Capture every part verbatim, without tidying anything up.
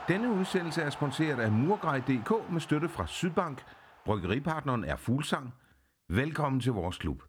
Denne udsendelse er sponsoreret af Murgrej punktum d k med støtte fra Sydbank. Bryggeripartneren er Fuglsang. Velkommen til vores klub.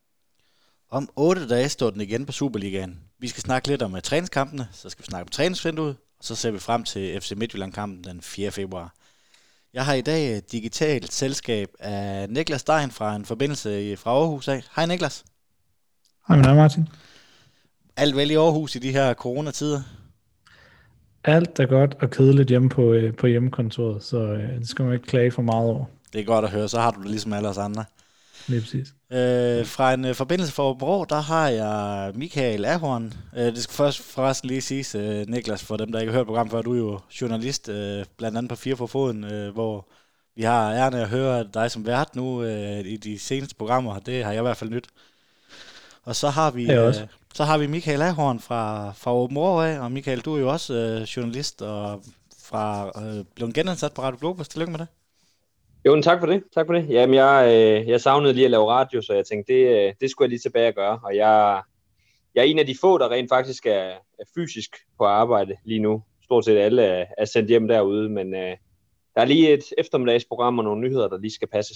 Om otte dage står den igen på Superligaen. Vi skal snakke lidt om uh, træningskampene, så skal vi snakke om træningsvinduet, og så ser vi frem til F C Midtjylland-kampen den fjerde februar. Jeg har i dag et digitalt selskab af Niklas Stein fra en forbindelse fra Aarhus af. Hej Niklas. Hej med dig, Martin. Alt vel i Aarhus i de her coronatider? Alt er godt og kedeligt hjemme på, øh, på hjemmekontoret, så øh, det skal man ikke klage for meget over. Det er godt at høre, så har du det ligesom alle os andre. Lige præcis. Øh, fra en øh, forbindelse for Bro, der har jeg Michael Ahorn. Øh, det skal først forresten lige siges, øh, Niklas, for dem, der ikke har hørt programmet før, du er jo journalist, øh, blandt andet på Fire for Foden, øh, hvor vi har æren af at høre dig som vært nu øh, i de seneste programmer. Det har jeg i hvert fald nyt. Og så har vi, øh, så har vi Michael Ahorn fra, fra Åben Rå af, og Michael, du er jo også øh, journalist og fra, øh, blevet genansat på Radio Globus. Tillykke med det. Jo, tak for det. Tak for det. Jamen, jeg, øh, jeg savnede lige at lave radio, så jeg tænkte, det, det skulle jeg lige tilbage at gøre. Og jeg, jeg er en af de få, der rent faktisk er, er fysisk på arbejde lige nu. Stort set alle er, er sendt hjem derude, men øh, der er lige et eftermiddagsprogram og nogle nyheder, der lige skal passes.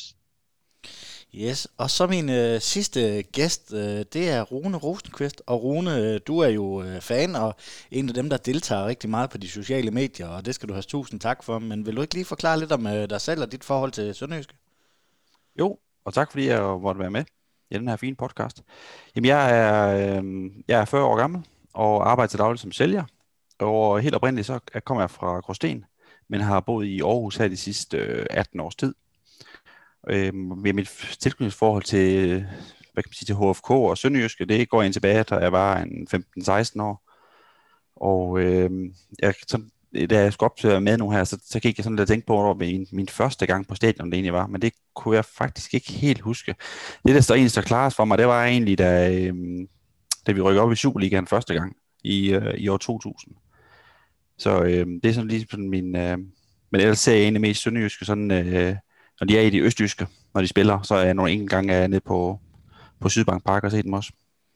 Yes, og så min øh, sidste gæst, øh, det er Rune Rosenqvist. Og Rune, øh, du er jo øh, fan og en af dem, der deltager rigtig meget på de sociale medier, og det skal du have tusind tak for. Men vil du ikke lige forklare lidt om øh, dig selv og dit forhold til Sønderjyske? Jo, og tak fordi jeg måtte være med i den her fine podcast. Jamen, jeg er, øh, jeg er fyrre år gammel og arbejder til daglig som sælger. Og helt oprindeligt så kommer jeg fra Gråsten, men har boet i Aarhus her de sidste øh, atten års tid. Øh, med mit tilknytningsforhold til, hvad kan man sige, til H F K og Sønderjyske, det går ind tilbage, da jeg var en femten seksten år. Og øh, jeg, så, da jeg skulle op til at være med nu her, så, så gik jeg sådan lidt at tænke på, hvor min, min første gang på stadion det egentlig var, men det kunne jeg faktisk ikke helt huske. Det, der står egentlig så klarest for mig, det var egentlig, da, øh, da vi rykkede op i Superligaen første gang i, øh, i år to tusind. Så øh, det er sådan lige sådan min, øh, men ellers ser jeg egentlig mest Sønderjyske sådan, øh, når de er i de østjyske, når de spiller, så er jeg nogle enkelte gange nede på, på Sydbank Park og set dem også.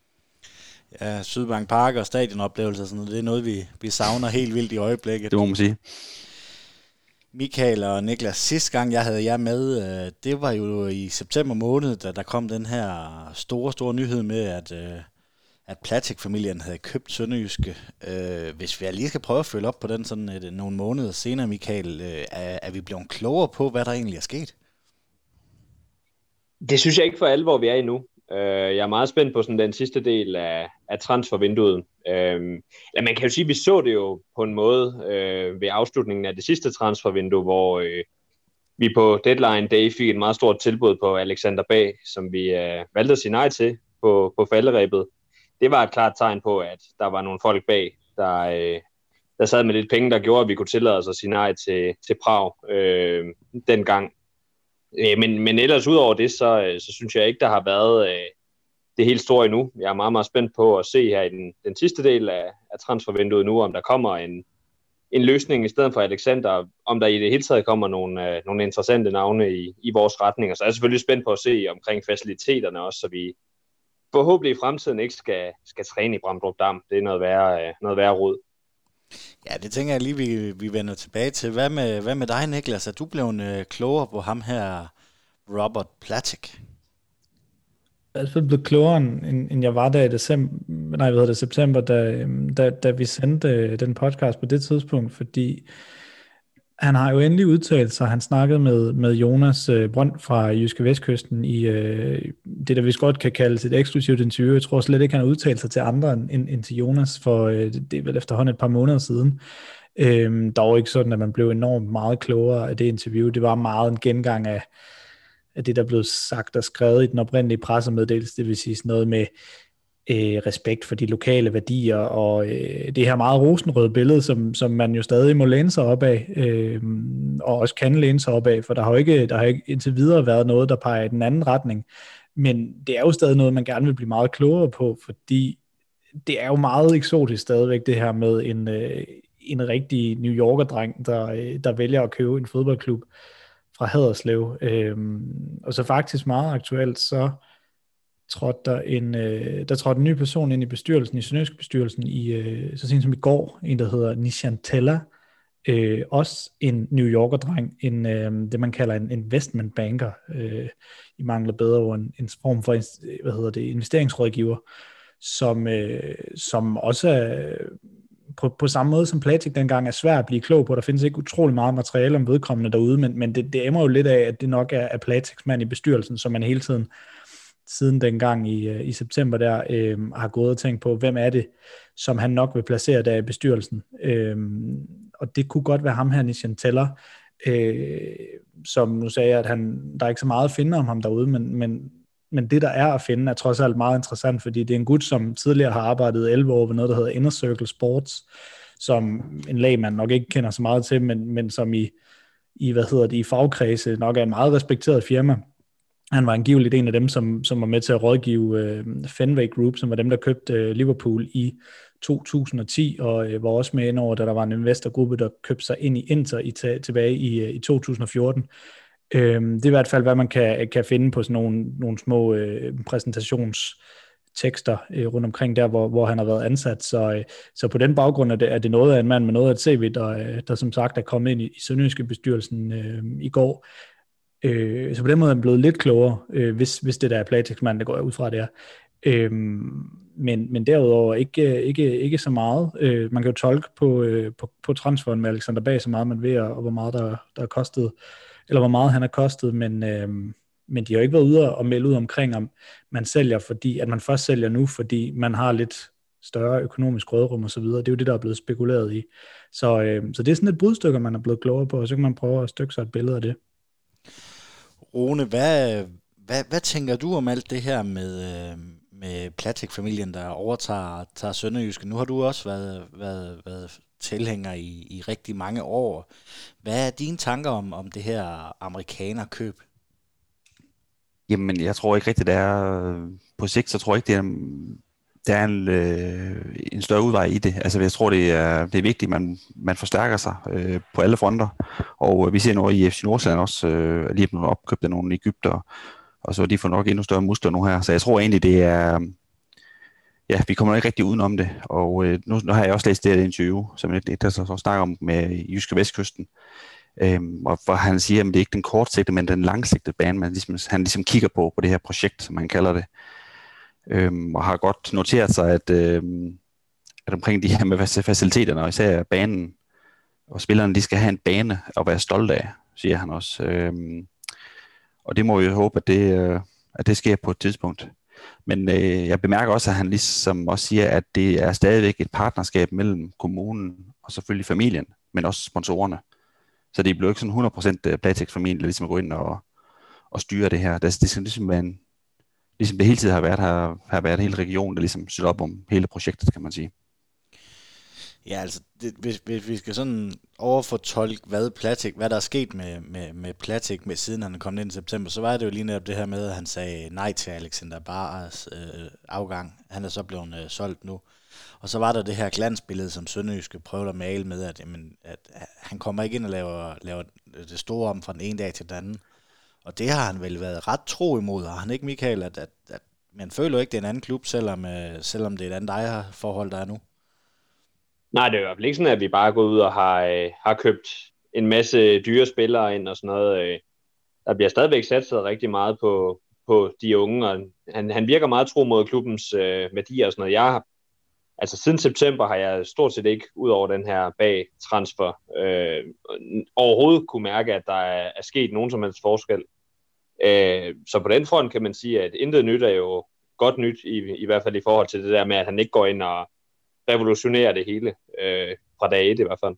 Ja, Sydbank Park og stadionoplevelser, sådan noget, det er noget, vi, vi savner helt vildt i øjeblikket. Det må man sige. Michael og Niklas, sidste gang jeg havde jer med, det var jo i september måned, da der kom den her store, store nyhed med, at, at Platek-familien havde købt Sønderjyske. Hvis vi lige skal prøve at følge op på den sådan et, nogle måneder senere, Michael, er, er vi blevet klogere på, hvad der egentlig er sket? Det synes jeg ikke for alvor, vi er endnu. Jeg er meget spændt på sådan den sidste del af, af transfervinduet. Ja, man kan jo sige, at vi så det jo på en måde øh, ved afslutningen af det sidste transfervindue, hvor øh, vi på deadline day fik et meget stort tilbud på Alexander Bag, som vi øh, valgte at sige nej til på, på falderebet. Det var et klart tegn på, at der var nogle folk bag, der, øh, der sad med lidt penge, der gjorde, at vi kunne tillade os at sige nej til, til Prag øh, dengang. Men, men ellers ud over det, så, så synes jeg ikke, der har været øh, det helt store endnu. Jeg er meget, meget spændt på at se her i den, den sidste del af, af transfervinduet nu, om der kommer en, en løsning i stedet for Alexander, om der i det hele taget kommer nogle, øh, nogle interessante navne i, i vores retning. Og så er jeg selvfølgelig spændt på at se omkring faciliteterne også, så vi forhåbentlig i fremtiden ikke skal, skal træne i Bramdrup Dam. Det er noget værre, øh, noget værre rod. Ja, det tænker jeg lige, vi, vi vender tilbage til. Hvad med, hvad med dig, Niklas? Er du blevet øh, klogere på ham her, Robert Platek? Jeg er altså blevet klogere, end, end jeg var der i december, nej, hvad hedder det, september, da, da, da vi sendte den podcast på det tidspunkt, fordi han har jo endelig udtalt sig. Han snakkede med, med Jonas øh, Brønd fra Jyske Vestkysten i øh, det, der vi godt kan kalde et eksklusivt interview. Jeg tror slet ikke, han har udtalt sig til andre end, end til Jonas, for øh, det er vel efterhånden et par måneder siden. Øh, dog ikke sådan, at man blev enormt meget klogere af det interview. Det var meget en gengang af, af det, der blev sagt og skrevet i den oprindelige pressemeddelelse. Det vil sige sådan noget med Øh, respekt for de lokale værdier, og øh, det her meget rosenrøde billede, som, som man jo stadig må læne sig op af, øh, og også kan læne sig op af, for der har jo ikke, der har ikke indtil videre været noget, der peger i den anden retning, men det er jo stadig noget, man gerne vil blive meget klogere på, fordi det er jo meget eksotisk stadigvæk, det her med en, øh, en rigtig New Yorker-dreng, der, øh, der vælger at købe en fodboldklub fra Haderslev, øh, og så faktisk meget aktuelt, så trådte der en, øh, der trådte en ny person ind i bestyrelsen, i Sønderjyske bestyrelsen, i, øh, så sent som i går, en der hedder Nishan Tella, Øh, også en New Yorker-dreng, en, øh, det man kalder en investment banker, øh, i mangler bedre ord, en, en form for hvad hedder det, investeringsrådgiver, som, øh, som også er, på, på samme måde som Platik dengang er svært at blive klog på. Der findes ikke utrolig meget materiale om vedkommende derude, men, men det, det emmer jo lidt af, at det nok er, er Platiks mand i bestyrelsen, som man hele tiden siden dengang i, i september der, øh, har gået og tænkt på, hvem er det, som han nok vil placere der i bestyrelsen. Øh, og det kunne godt være ham her, Nishan Teller, øh, som nu sagde, at han, der er ikke så meget at finde om ham derude, men, men, men det, der er at finde, er trods alt meget interessant, fordi det er en gut, som tidligere har arbejdet elleve år ved noget, der hedder Inner Circle Sports, som en lægmand nok ikke kender så meget til, men, men som i, i, hvad hedder det, i fagkredse nok er en meget respekteret firma. Han var angiveligt en af dem, som, som var med til at rådgive øh, Fenway Group, som var dem, der købte øh, Liverpool i to tusind og ti, og øh, var også med ind over, da der var en investorgruppe, der købte sig ind i Inter i ta- tilbage i, øh, i to tusind og fjorten. Øh, det er i hvert fald, hvad man kan, kan finde på sådan nogle, nogle små øh, præsentationstekster øh, rundt omkring der, hvor, hvor han har været ansat. Så, øh, så på den baggrund er det, er det noget af en mand med noget af et C V, der, øh, der som sagt er kommet ind i, i Sønderjyske bestyrelsen øh, i går. Øh, så på den måde er han blevet lidt klogere, øh, hvis, hvis det der er Platiks mand, der går ud fra det er. Øh, men, men derudover ikke, ikke, ikke så meget. Øh, man kan jo tolke på, øh, på, på transferen med Alexander Bag så meget man ved, og hvor meget der, der er kostet, eller hvor meget han har kostet, men, øh, men de har jo ikke været ude og melde ud omkring, om man sælger, fordi at man først sælger nu, fordi man har lidt større økonomisk rådrum og så videre. Det er jo det, der er blevet spekuleret i. Så, øh, så det er sådan et brudstykke, man er blevet klogere på, og så kan man prøve at stykke sig et billede af det. Rune, hvad, hvad, hvad tænker du om alt det her med, med Platik-familien, der overtager tager Sønderjyske? Nu har du også været, været, været tilhænger i, i rigtig mange år. Hvad er dine tanker om, om det her amerikanerkøb? Jamen, jeg tror ikke rigtigt, det er på sigt, så tror jeg ikke, det er, der er en, øh, en større udvej i det. Altså, jeg tror, det er, det er vigtigt, at man, man forstærker sig øh, på alle fronter. Og øh, vi ser nu i F C Nordsjælland også, øh, lige blevet opkøbt af nogle egypter, og så de får nok endnu større muskler nu her. Så jeg tror egentlig, det er, ja, vi kommer ikke rigtig udenom det. Og øh, nu, nu har jeg også læst det her interview, som det, der så, så snakker om med Jyske Vestkysten. Øhm, og hvor han siger, at det er ikke den kortsigtede, men den langsigtede bane, man ligesom, han ligesom kigger på, på det her projekt, som man kalder det. Øhm, og har godt noteret sig, at, øhm, at omkring de her med faciliteterne, og især banen, og spillerne, de skal have en bane at være stolte af, siger han også. Øhm, og det må vi jo håbe, at det, øh, at det sker på et tidspunkt. Men øh, jeg bemærker også, at han ligesom også siger, at det er stadigvæk et partnerskab mellem kommunen og selvfølgelig familien, men også sponsorerne. Så det bliver ikke sådan hundrede procent Platik-familien, der ligesom at gå ind og, og styre det her. Det, det skal ligesom være en, ligesom det hele tiden har været, har, har været hele regionen, der ligesom støtter op om hele projektet, kan man sige. Ja, altså, det, hvis, hvis vi skal sådan overfortolke, hvad Platik, hvad der er sket med, med, med Platik, med, siden han kom ind i september, så var det jo lige netop det her med, at han sagde nej til Alexander Bars øh, afgang. Han er så blevet øh, solgt nu. Og så var der det her glansbillede, som Sønderjyske prøvede at male med, at, jamen, at han kommer ikke ind og laver, laver det store om fra den ene dag til den anden. Og det har han vel været ret tro imod, har han ikke, Michael? At, at, at man føler ikke, det er en anden klub, selvom, øh, selvom det er et andet ejerforhold, der er nu? Nej, det er i hvert fald ikke sådan, at vi bare er gået ud og har, øh, har købt en masse dyre spillere ind og sådan noget. Øh. Der bliver stadigvæk satset rigtig meget på, på de unge, og han, han virker meget tro mod klubbens øh, værdier og sådan noget. Jeg har, altså siden september har jeg stort set ikke, ud over den her bag-transfer, øh, overhovedet kunne mærke, at der er, er sket nogen som helst forskel. Øh, så på den front kan man sige, at intet nyt er jo godt nyt, i, i hvert fald i forhold til det der med, at han ikke går ind og revolutionerer det hele, øh, fra dag et i hvert fald.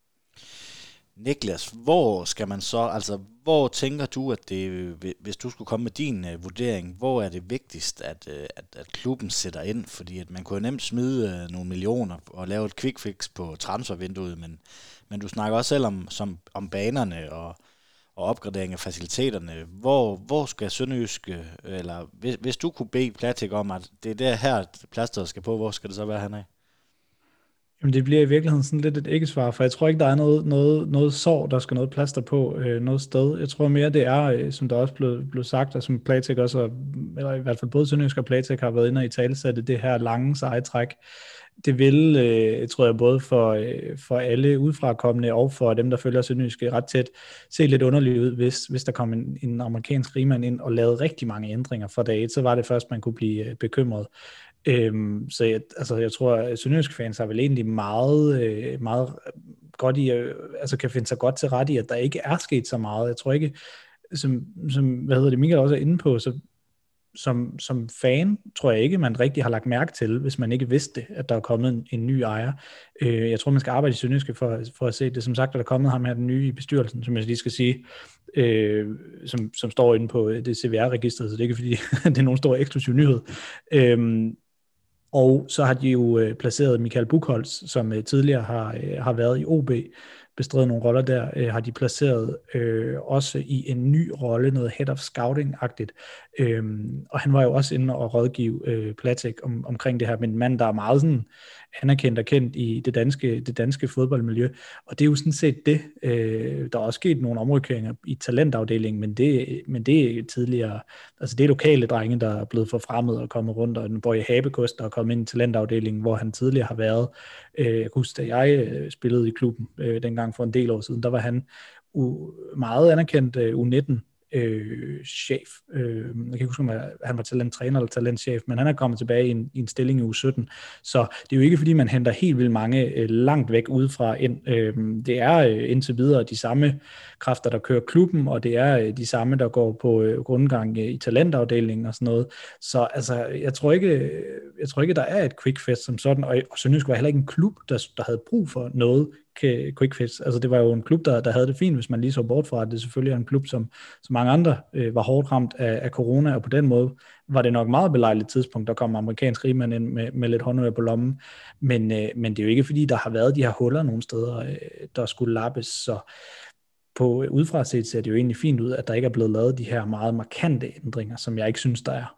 Niklas, hvor skal man så, altså hvor tænker du, at det, hvis du skulle komme med din uh, vurdering, hvor er det vigtigst, at, uh, at, at klubben sætter ind? Fordi at man kunne nemt smide uh, nogle millioner og lave et quick fix på transfervinduet, men, men du snakker også selv om, som, om banerne og, og opgradering af faciliteterne. Hvor, hvor skal Sønderjyske, eller hvis, hvis du kunne bede Platik om, at det er der her plasteret skal på, hvor skal det så være hernede? Jamen det bliver i virkeligheden sådan lidt et ikke-svar, for jeg tror ikke, der er noget, noget, noget sår, der skal noget plaster på øh, noget sted. Jeg tror mere, det er, øh, som der også blev, blev sagt, og som Platik også, eller i hvert fald både Sønderjysk og Platik har været inde og i talesætte, det her lange seje træk. det vil, øh, tror jeg, både for, øh, for alle udefrakommende og for dem, der følger Sønderjyske ret tæt, se lidt underligt ud, hvis, hvis der kom en, en amerikansk rigmand ind og lavede rigtig mange ændringer fra dag et, så var det først, man kunne blive øh, bekymret. Øhm, så jeg, altså, jeg tror, at Sønderjyske fans har vel egentlig meget, øh, meget godt i, øh, altså kan finde sig godt til ret i, at der ikke er sket så meget. Jeg tror ikke, som, som hvad hedder det, Michael også er inde på, så Som, som fan tror jeg ikke, man rigtig har lagt mærke til, hvis man ikke vidste, at der er kommet en, en ny ejer. Øh, jeg tror, man skal arbejde i Sønderjyske for, for at se det. Som sagt, er der kommet ham her, den nye i bestyrelsen, som jeg lige skal sige, øh, som, som står inde på det C V R-registret, så det er ikke fordi, det er nogen stor eksklusiv nyhed. Øh, og så har de jo øh, placeret Michael Buchholz, som øh, tidligere har, øh, har været i O B, bestredet nogle roller der, øh, har de placeret øh, også i en ny rolle, noget head of scouting-agtigt. Øhm, og han var jo også inde og rådgive øh, Platek om, omkring det her, men en mand, der er meget sådan anerkendt og kendt i det danske, det danske fodboldmiljø. Og det er jo sådan set det. Øh, der er også sket nogle omrykeringer i talentafdelingen, men det, men det er tidligere, altså det er lokale drenge, der er blevet forfremmet og kommet rundt, og en Boje Habekost, der er kommet ind i talentafdelingen, hvor han tidligere har været. Øh, jeg kan huske, da jeg øh, spillede i klubben øh, dengang for en del år siden, der var han u- meget anerkendt øh, U nitten Øh, chef. Øh, jeg kan ikke huske, om han var talenttræner eller talentchef, men han er kommet tilbage i en, i en stilling i U sytten. Så det er jo ikke, fordi man henter helt vildt mange øh, langt væk udefra ind. Øh, det er øh, indtil videre de samme kræfter, der kører klubben, og det er øh, de samme, der går på øh, grundgang øh, i talentafdelingen og sådan noget. Så altså, jeg tror ikke, jeg tror ikke, der er et quick fix som sådan, og, og Sønderjysk var heller ikke en klub, der, der havde brug for noget quick fix. Altså det var jo en klub, der, der havde det fint, hvis man lige så bort fra, at det selvfølgelig er en klub, som, som mange andre øh, var hårdt ramt af, af corona, og på den måde var det nok meget belejligt tidspunkt, der kom amerikansk rigmand ind med, med lidt håndøje på lommen, men, øh, men det er jo ikke fordi, der har været de her huller nogle steder, øh, der skulle lappes, så på udefra set ser det jo egentlig fint ud, at der ikke er blevet lavet de her meget markante ændringer, som jeg ikke synes, der er.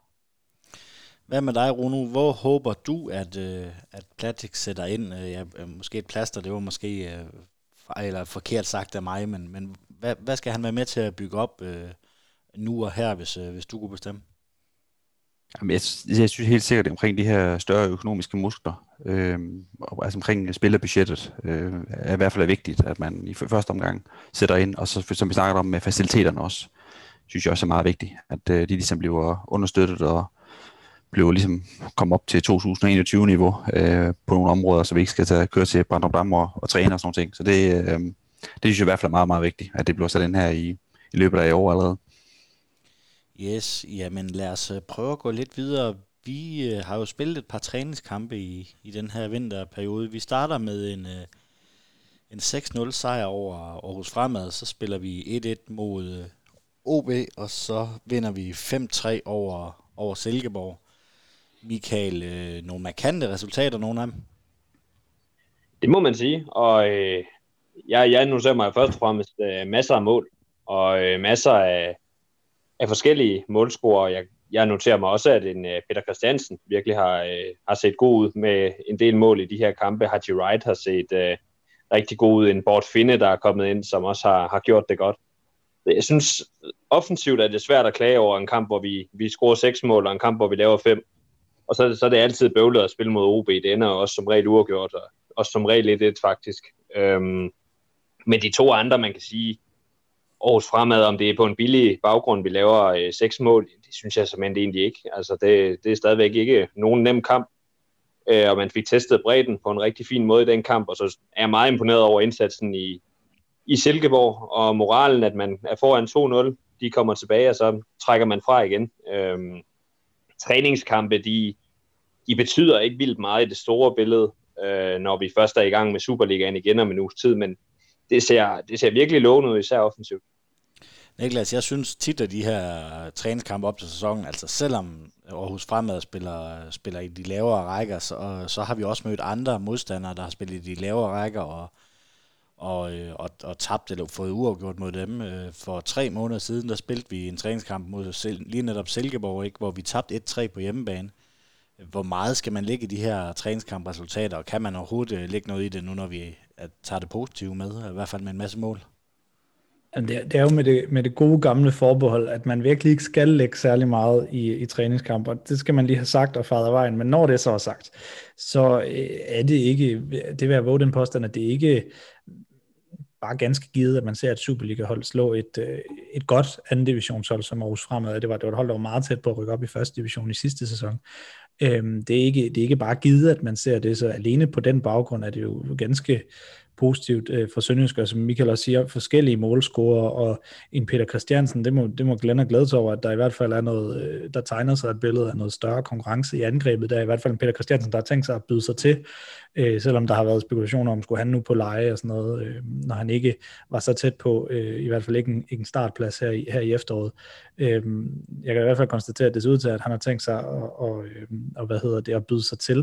Hvad med dig, Runo? Hvor håber du, at, øh, at Platek sætter ind? Øh, ja, måske et plaster, det var måske øh, eller forkert sagt af mig, men, men hvad, hvad skal han være med til at bygge op øh, nu og her, hvis, øh, hvis du kunne bestemme? Jamen, jeg, jeg synes helt sikkert omkring de her større økonomiske muskler, øh, altså omkring spillerbudgettet, øh, er i hvert fald vigtigt, at man i første omgang sætter ind, og så som vi snakker om med faciliteterne også, synes jeg også er meget vigtigt, at øh, de ligesom bliver understøttet og bliver ligesom komme op til to tusind og enogtyve-niveau øh, på nogle områder, så vi ikke skal tage, køre til Brandrup og, og træne og sådan noget ting. Så det, øh, det synes jeg i hvert fald er meget, meget vigtigt, at det bliver sat ind her i, i løbet af i år allerede. Yes, jamen lad os prøve at gå lidt videre. Vi øh, har jo spillet et par træningskampe i, i den her vinterperiode. Vi starter med en, øh, en seks nul sejr over Aarhus Fremad, så spiller vi et et mod øh, O B, og så vinder vi fem tre over, over Silkeborg. Michael, øh, nogle markante resultater, nogle af dem? Det må man sige, og øh, jeg, jeg noterer mig først og fremmest øh, masser af mål, og øh, masser af, af forskellige målscorer. Jeg, jeg noterer mig også, at en øh, Peter Christiansen virkelig har, øh, har set god ud med en del mål i de her kampe. Haji Wright har set øh, rigtig god ud. En Bort Finne, der er kommet ind, som også har, har gjort det godt. Jeg synes, offensivt er det svært at klage over en kamp, hvor vi, vi scorer seks mål, og en kamp, hvor vi laver fem. Og så, så er det altid bøvlet at spille mod O B. Det ender også som regel uafgjort, og også som regel et et faktisk. Øhm, men de to andre, man kan sige, Aarhus Fremad, om det er på en billig baggrund, vi laver øh, seks mål, det synes jeg simpelthen egentlig ikke. Altså, det, det er stadigvæk ikke nogen nem kamp, øh, og man fik testet bredden på en rigtig fin måde i den kamp, og så er jeg meget imponeret over indsatsen i, i Silkeborg, og moralen, at man er foran to nul, de kommer tilbage, og så trækker man fra igen. Øhm, træningskampe, de, de betyder ikke vildt meget i det store billede, øh, når vi først er i gang med Superligaen igen om en uges tid, men det ser, det ser virkelig lovende ud, især offensivt. Niklas, jeg synes tit, at de her træningskampe op til sæsonen, altså selvom Aarhus Fremad spiller, spiller i de lavere rækker, så, så har vi også mødt andre modstandere, der har spillet i de lavere rækker, og Og, og, og tabt eller fået uafgjort mod dem. For tre måneder siden, der spilte vi en træningskamp mod lige netop Silkeborg, ikke, hvor vi tabte et tre på hjemmebane. Hvor meget skal man lægge i de her træningskampresultater, og kan man overhovedet lægge noget i det nu, når vi tager det positive med, i hvert fald med en masse mål? Det er, det er jo med det, med det gode gamle forbehold, at man virkelig ikke skal lægge særlig meget i, i træningskamper. Det skal man lige have sagt og faret af vejen. Men når det så er sagt, så er det ikke, det vil jeg våge den påstand, at det ikke bare ganske givet, at man ser et Superliga-hold slå et, et godt anden divisionshold som Aarhus Fremad. Det var, det var et hold, der var meget tæt på at rykke op i første division i sidste sæson. Øhm, det, er ikke, det er ikke bare givet, at man ser det, så alene på den baggrund er det jo ganske positivt øh, for Sønderjysk, og som Michael også siger, forskellige målscorer, og en Peter Christiansen, det må, det må Glenn have glædet sig over, at der i hvert fald er noget, øh, der tegner sig et billede af noget større konkurrence i angrebet. Der er i hvert fald en Peter Christiansen, der har tænkt sig at byde sig til, øh, selvom der har været spekulationer om, skulle han nu på leje og sådan noget, øh, når han ikke var så tæt på, øh, i hvert fald ikke en, ikke en startplads her i, her i efteråret. Øh, jeg kan i hvert fald konstatere, at det ser ud til, at han har tænkt sig at, og, øh, og, hvad hedder det, at byde sig til.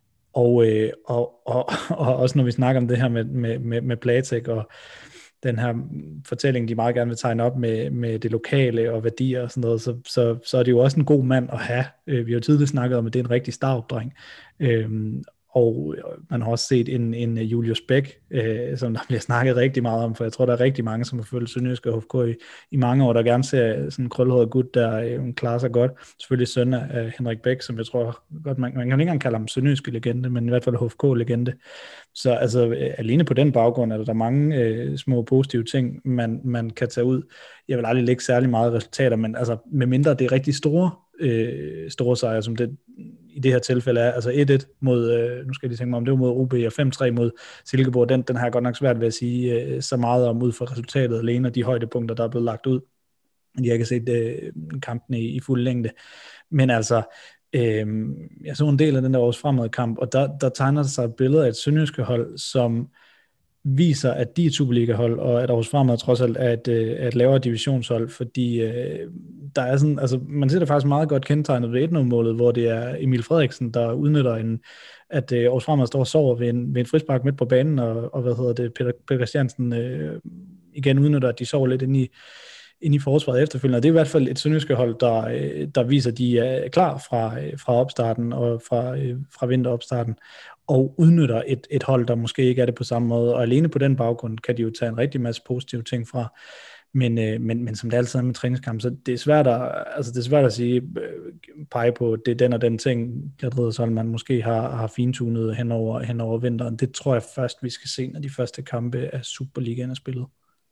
Og, øh, og, og, og også når vi snakker om det her med, med, med, med Platek og den her fortælling, de meget gerne vil tegne op med, med det lokale og værdier og sådan noget, så, så, så er det jo også en god mand at have. Vi har jo tidligere snakket om, at det er en rigtig Starup-dreng. Øhm, og man har også set en, en Julius Bæk, øh, som der bliver snakket rigtig meget om, for jeg tror, der er rigtig mange, som har følt Sønderjysk og H F K i, i mange år, der gerne ser sådan en krølhåret gut, der øh, klarer sig godt. Selvfølgelig søn af Henrik Bæk, som jeg tror godt, man, man kan ikke engang kalde ham Sønderjyske legende, men i hvert fald H F K-legende. Så altså, øh, alene på den baggrund er der, der mange øh, små positive ting, man, man kan tage ud. Jeg vil aldrig lægge særlig meget resultater, men altså, med mindre det er rigtig store, øh, store sejre, som det i det her tilfælde er, altså et et mod, øh, nu skal jeg lige tænke mig om, det var mod O B, og fem tre mod Silkeborg, den, den har jeg godt nok svært ved at sige øh, så meget om ud fra resultatet alene, og de højdepunkter, der er blevet lagt ud. Jeg har ikke set øh, kampen i, i fuld længde, men altså, øh, jeg så en del af den der Aarhus Fremad kamp, og der, der tegner sig et billede af et sønderjyske hold, som viser, at de er et Superliga-hold, og at Aarhus Fremad trods alt er et, er et lavere divisionshold, fordi øh, der er sådan, altså man ser det faktisk meget godt kendetegnet ved et nul-målet, hvor det er Emil Frederiksen, der udnytter en, at øh, Aarhus Fremad står og sover ved en, ved en frispark midt på banen, og, og hvad hedder det, Peter, Peter Christiansen øh, igen udnytter, at de sover lidt inde i, inde i forsvaret efterfølgende, og det er i hvert fald et sønderjyske hold, der, øh, der viser, at de er klar fra, øh, fra opstarten, og fra, øh, fra vinteropstarten, og udnytter et, et hold, der måske ikke er det på samme måde, og alene på den baggrund kan de jo tage en rigtig masse positive ting fra, men, øh, men, men som det altid er med træningskamp, så det er svært at, altså det er svært at sige, øh, pege på, det er den og den ting, Gerdrede man måske har, har fintunet hen over, hen over vinteren. Det tror jeg først, vi skal se, når de første kampe af Superligaen er spillet.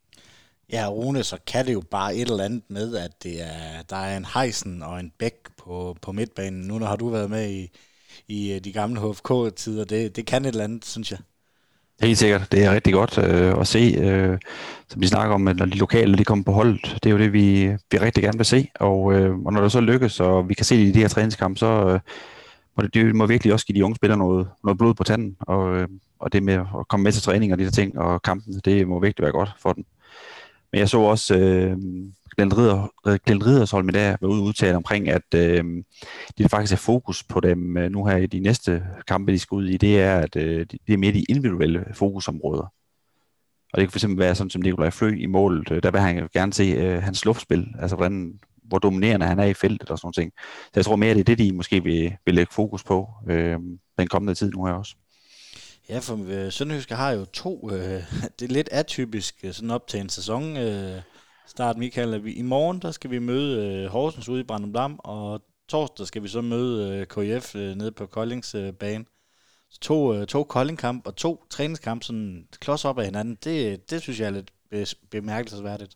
Ja, Rune, så kan det jo bare et eller andet med, at det er, der er en Heisen og en Bæk på, på midtbanen. Nu når har du været med i i de gamle H F K-tider. Det, det kan et eller andet, synes jeg. Helt sikkert. Det er rigtig godt øh, at se, øh, som de snakker om, når de lokale de kommer på holdet. Det er jo det, vi, vi rigtig gerne vil se. Og, øh, og når det så lykkes, og vi kan se det i de her træningskampe, så øh, må det, det må virkelig også give de unge spillere noget, noget blod på tanden. Og, øh, og det med at komme med til træning og de der ting, og kampen, det må virkelig være godt for dem. Men jeg så også øh, Glenn Ridder, Glenn Ridders hold med der var ude udtale omkring, at øh, det faktisk er fokus på dem øh, nu her i de næste kampe, de skal ud i, det er, at øh, det er mere de individuelle fokusområder. Og det kan fx være sådan som Nikolaj Flø i målet, der vil han gerne se øh, hans luftspil, altså hvordan, hvor dominerende han er i feltet og sådan nogle ting. Så jeg tror mere, det er det, de måske vil, vil lægge fokus på øh, den kommende tid nu her også. Ja, for øh, Sønderjyske har jo to, øh, det er lidt atypisk sådan op til en sæson øh, start, Michael. I morgen, der skal vi møde øh, Horsens ude i Bramdam, og torsdag skal vi så møde øh, K F øh, nede på Koldings øh, bane. Så to, øh, to Kolding-kamp og to træningskamp sådan klods op af hinanden, det, det synes jeg er lidt bemærkelsesværdigt.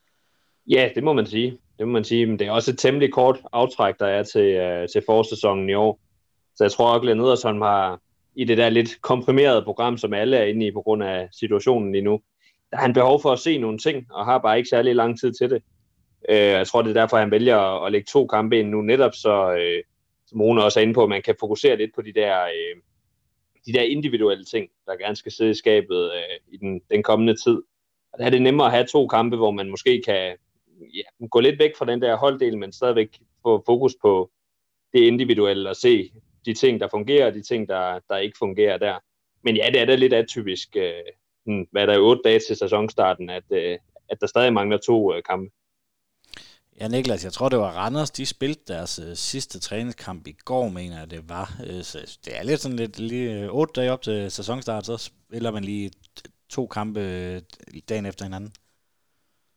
Ja, det må man sige. Det må man sige, men det er også et temmelig kort aftræk, der er til, øh, til forårssæsonen i år. Så jeg tror, at Glenn Riddersholm har i det der lidt komprimerede program, som alle er inde i på grund af situationen lige nu, der har han behov for at se nogle ting, og har bare ikke særlig lang tid til det. Øh, jeg tror, det er derfor, han vælger at, at lægge to kampe ind nu, netop så, øh, som Rune også er inde på, at man kan fokusere lidt på de der, øh, de der individuelle ting, der gerne skal sidde i skabet øh, i den, den kommende tid. Og der er det nemmere at have to kampe, hvor man måske kan ja, gå lidt væk fra den der holddel, men stadigvæk få fokus på det individuelle og se de ting, der fungerer, og de ting, der, der ikke fungerer der. Men ja, det er da lidt atypisk, øh, hvad der er otte dage til sæsonstarten, at, øh, at der stadig mangler to øh, kampe. Ja, Niklas, jeg tror, det var Randers, de spilte deres øh, sidste træningskamp i går, mener jeg, det var. Øh, så det er lidt sådan lidt lige øh, otte dage op til sæsonstart, så spiller man lige to kampe øh, dagen efter hinanden.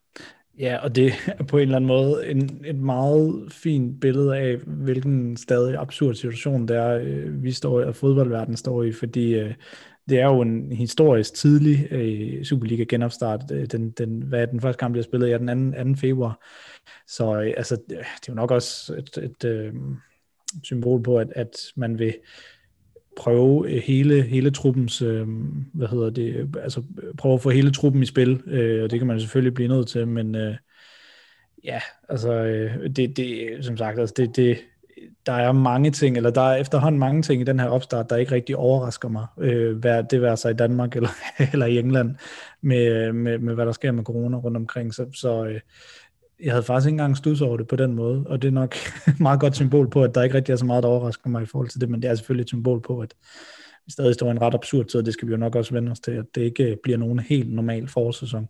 Ja, og det er på en eller anden måde en, et meget fint billede af, hvilken stadig absurd situation det er, øh, vi står i, og fodboldverdenen står i, fordi øh, det er jo en historisk tidlig øh, Superliga-genopstart. Øh, Den, den, hvad er den første kamp, der spillet? Ja, den anden, anden februar. Så øh, altså, det er jo nok også et, et øh, symbol på, at, at man vil prøve hele, hele truppens, øh, hvad hedder det, altså prøve at få hele truppen i spil, øh, og det kan man selvfølgelig blive nødt til, men øh, ja, altså øh, det, det, som sagt, altså det, det, der er mange ting, eller der er efterhånden mange ting i den her opstart, der ikke rigtig overrasker mig, øh, hvad det være sig i Danmark eller, eller i England, med, med, med hvad der sker med corona rundt omkring, så, så øh, jeg havde faktisk ikke engang studset over det på den måde, og det er nok et meget godt symbol på, at der ikke rigtig er så meget, der overrasker mig i forhold til det, men det er selvfølgelig et symbol på, at vi stadig står i en ret absurd tid, og det skal vi jo nok også vende os til, at det ikke bliver nogen helt normal forårssæson.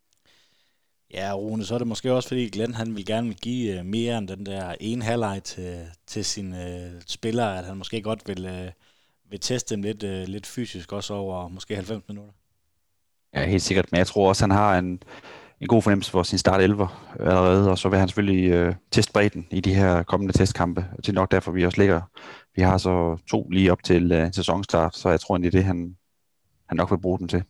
Ja, Rune, så er det måske også, fordi Glenn han vil gerne give uh, mere end den der ene halvleg til, til sine uh, spillere, at han måske godt vil, uh, vil teste dem lidt, uh, lidt fysisk også over måske halvfems minutter. Ja, helt sikkert, men jeg tror også, han har en, en god fornemmelse for sin start elver allerede, og så vil han selvfølgelig øh, teste bredden i de her kommende testkampe. Det er nok derfor, vi også ligger. Vi har så to lige op til øh, sæsonstart, så jeg tror egentlig, det er han, han nok vil bruge den til.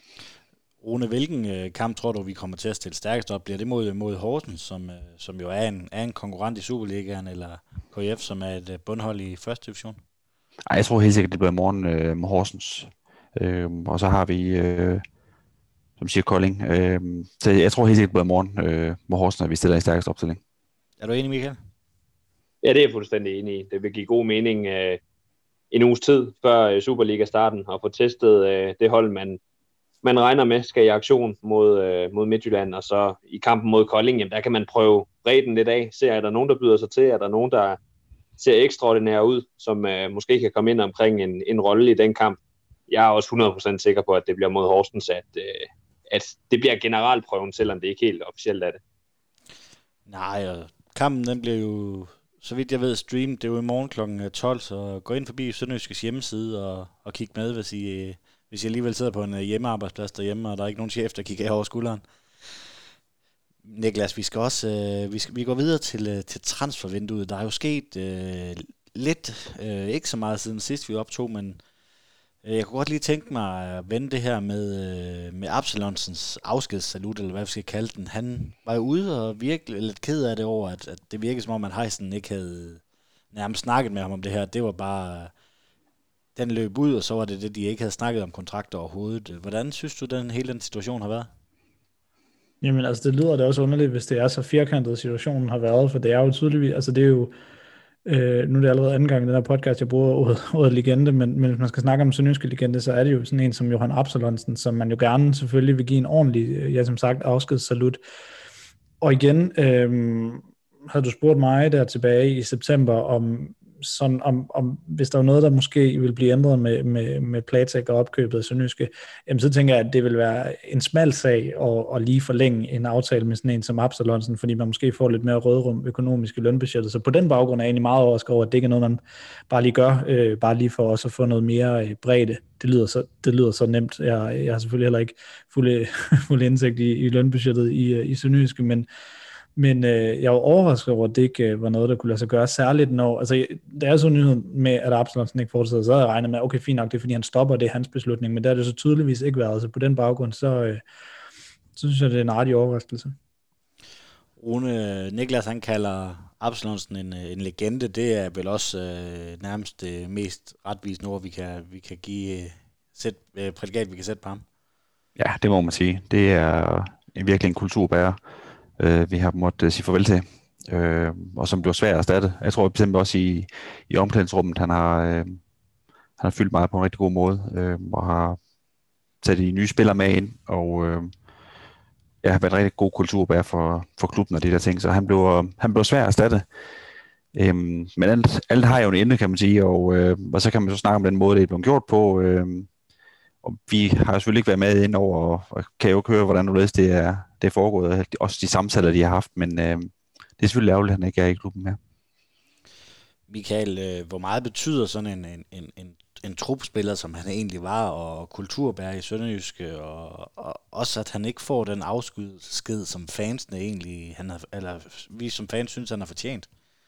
Rune, hvilken øh, kamp tror du, vi kommer til at stille stærkest op? Bliver det mod, mod Horsens, som, øh, som jo er en, er en konkurrent i Superligaen, eller K F, som er et øh, bundhold i første division? Ej, jeg tror helt sikkert, det bliver i morgen øh, med Horsens. Øh, og så har vi... Øh, som siger Kolding. Øh, så jeg tror helt sikkert på i morgen øh, med Horsens, at vi stiller en stærkest opstilling. Er du enig, Michael? Ja, det er jeg fuldstændig enig i. Det vil give god mening øh, en uges tid før øh, Superliga-starten og få testet øh, det hold, man, man regner med skal i aktion mod, øh, mod Midtjylland. Og så i kampen mod Kolding, jamen, der kan man prøve bredden lidt af. Se, er der nogen, der byder sig til? Er der nogen, der ser ekstraordinære ud, som øh, måske kan komme ind omkring en, en rolle i den kamp? Jeg er også hundrede procent sikker på, at det bliver mod Horsens, at øh, at det bliver generalprøven, selvom det ikke helt officielt er det. Nej, og kampen den bliver jo, så vidt jeg ved, streamet. Det er jo i morgen klokken tolv, så gå ind forbi Sønderjyskes hjemmeside og, og kig med, hvis I, hvis I alligevel sidder på en hjemmearbejdsplads derhjemme, og der er ikke nogen chef, der kigger over skulderen. Niklas, vi skal også øh, vi, skal, vi går videre til, til transfervinduet. Der er jo sket øh, lidt, øh, ikke så meget siden sidst vi optog, men jeg kunne godt lige tænke mig at vende det her med, med Absalonsens afskedssalut, eller hvad vi skal kalde den. Han var jo ude og virkelig lidt ked af det over, at, at det virkede som om, at Heisen ikke havde nærmest snakket med ham om det her. Det var bare, den løb ud, og så var det det, de ikke havde snakket om kontrakter overhovedet. Hvordan synes du, den hele den situation har været? Jamen altså, det lyder da også underligt, hvis det er så firkantet, situationen har været, for det er jo tydeligvis, altså det er jo, Øh, nu er det allerede anden gang i den her podcast, jeg bruger ordet, ordet legende, men, men hvis man skal snakke om sønderjyske legende, så er det jo sådan en som Johan Absalonsen, som man jo gerne selvfølgelig vil give en ordentlig, ja som sagt, afskedssalut. Og igen, øh, havde du spurgt mig der tilbage i september, om, sådan, om, om hvis der var noget, der måske ville blive ændret med, med, med Platek og opkøbet af sønderjyske, jamen så tænker jeg, at det vil være en smal sag at, at lige forlænge en aftale med sådan en som Absalonsen, fordi man måske får lidt mere rødrum økonomisk i lønbudgettet. Så på den baggrund er jeg egentlig meget overrasket over, at det ikke er noget, man bare lige gør, øh, bare lige for også at få noget mere øh, bredde. Det lyder så, det lyder så nemt. Jeg, jeg har selvfølgelig heller ikke fuld, fuld indsigt i, i lønbudgettet i, i sønderjyske, men Men øh, jeg var overrasket over, at det ikke øh, var noget, der kunne lade sig gøre, særligt når, altså der er så nyhed med, at Absalonsen ikke fortsætter, så havde jeg regnet med, okay, fint nok, det er fordi han stopper, det er hans beslutning, men der er det så tydeligvis ikke været, så på den baggrund, så, øh, så synes jeg, det er en artig overraskelse. Rune, Niklas han kalder Absalonsen en, en legende, det er vel også øh, nærmest det mest retvisende ord, vi kan, vi kan give, øh, sæt, øh, prædikat, vi kan sætte på ham. Ja, det må man sige. Det er en virkelig en kulturbærer, vi har måttet uh, sige farvel til, uh, og som blev svært at erstatte. Jeg tror bestemt også i, i omklædningsrummet, han har, uh, han har fyldt meget på en rigtig god måde, uh, og har taget de nye spillere med ind, og uh, ja, har været en rigtig god kulturbærer for, for klubben og de der ting, så han blev, uh, han blev svær at erstatte. Um, men alt, alt har jo en ende, kan man sige, og, uh, og så kan man så snakke om den måde, det er blevet gjort på, uh, og vi har selvfølgelig ikke været med ind over, og, og kan jo ikke høre, hvordan det er, det er foregået, også de samtaler, de har haft, men øh, det er selvfølgelig ærgerligt, at han ikke er i klubben mere. Michael, øh, hvor meget betyder sådan en, en, en, en trupspiller, som han egentlig var, og kulturbærer i Sønderjyske, og, og også at han ikke får den afsked, som fansene egentlig, han har, eller vi som fans synes, han har fortjent.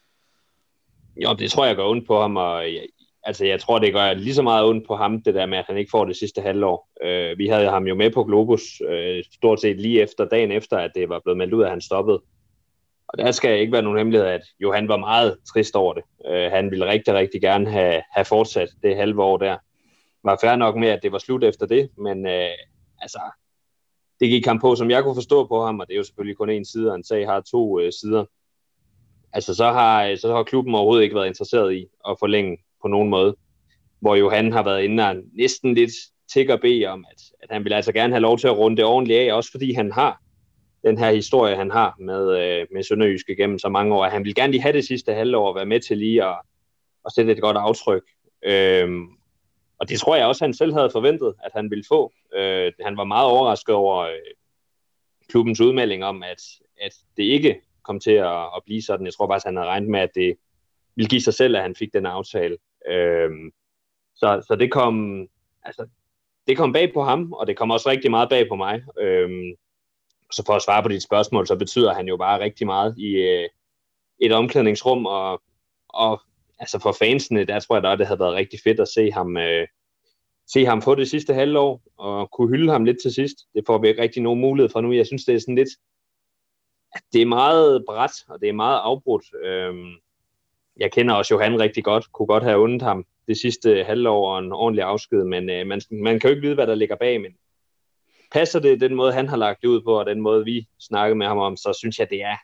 Jo, det tror jeg går ondt på ham, og jeg, altså jeg tror, det gør lige så meget ondt på ham, det der med, at han ikke får det sidste halvår. Øh, vi havde ham jo med på Globus, øh, stort set lige efter, dagen efter, at det var blevet meldt ud, at han stoppede. Og der skal ikke være nogen hemmelighed, at jo, han var meget trist over det. Øh, han ville rigtig, rigtig gerne have, have fortsat det halve år der. Var fair nok med, at det var slut efter det, men øh, altså, det gik ham på, som jeg kunne forstå på ham, og det er jo selvfølgelig kun en side, og en sag har to øh, sider. Altså, så har, så har klubben overhovedet ikke været interesseret i at forlænge på nogen måde, hvor jo han har været inde og næsten lidt tigger bede om, at, at han vil altså gerne have lov til at runde det ordentligt af, også fordi han har den her historie, han har med, øh, med Sønderjyske gennem så mange år, at han vil gerne lige have det sidste halvår og være med til lige at, at sætte et godt aftryk. Øhm, og det tror jeg også, han selv havde forventet, at han ville få. Øh, han var meget overrasket over øh, klubbens udmelding om, at, at det ikke kom til at, at blive sådan. Jeg tror bare, at han havde regnet med, at det ville give sig selv, at han fik den aftale. Øhm, så, så det kom, altså, det kom bag på ham, og det kom også rigtig meget bag på mig. Øhm, så for at svare på dit spørgsmål, så betyder han jo bare rigtig meget i øh, et omklædningsrum, og, og altså for fansene, der tror jeg da, at det havde været rigtig fedt at se ham, øh, se ham få det sidste halvår, og kunne hylde ham lidt til sidst. Det får vi ikke rigtig nogen mulighed for nu. Jeg synes, det er sådan lidt, det er meget brat, og det er meget afbrudt. Øhm, jeg kender også Johan rigtig godt, kunne godt have undet ham det sidste halvår og en ordentlig afsked, men øh, man, man kan jo ikke vide, hvad der ligger bag, men passer det den måde, han har lagt det ud på, og den måde, vi snakkede med ham om, så synes jeg, det er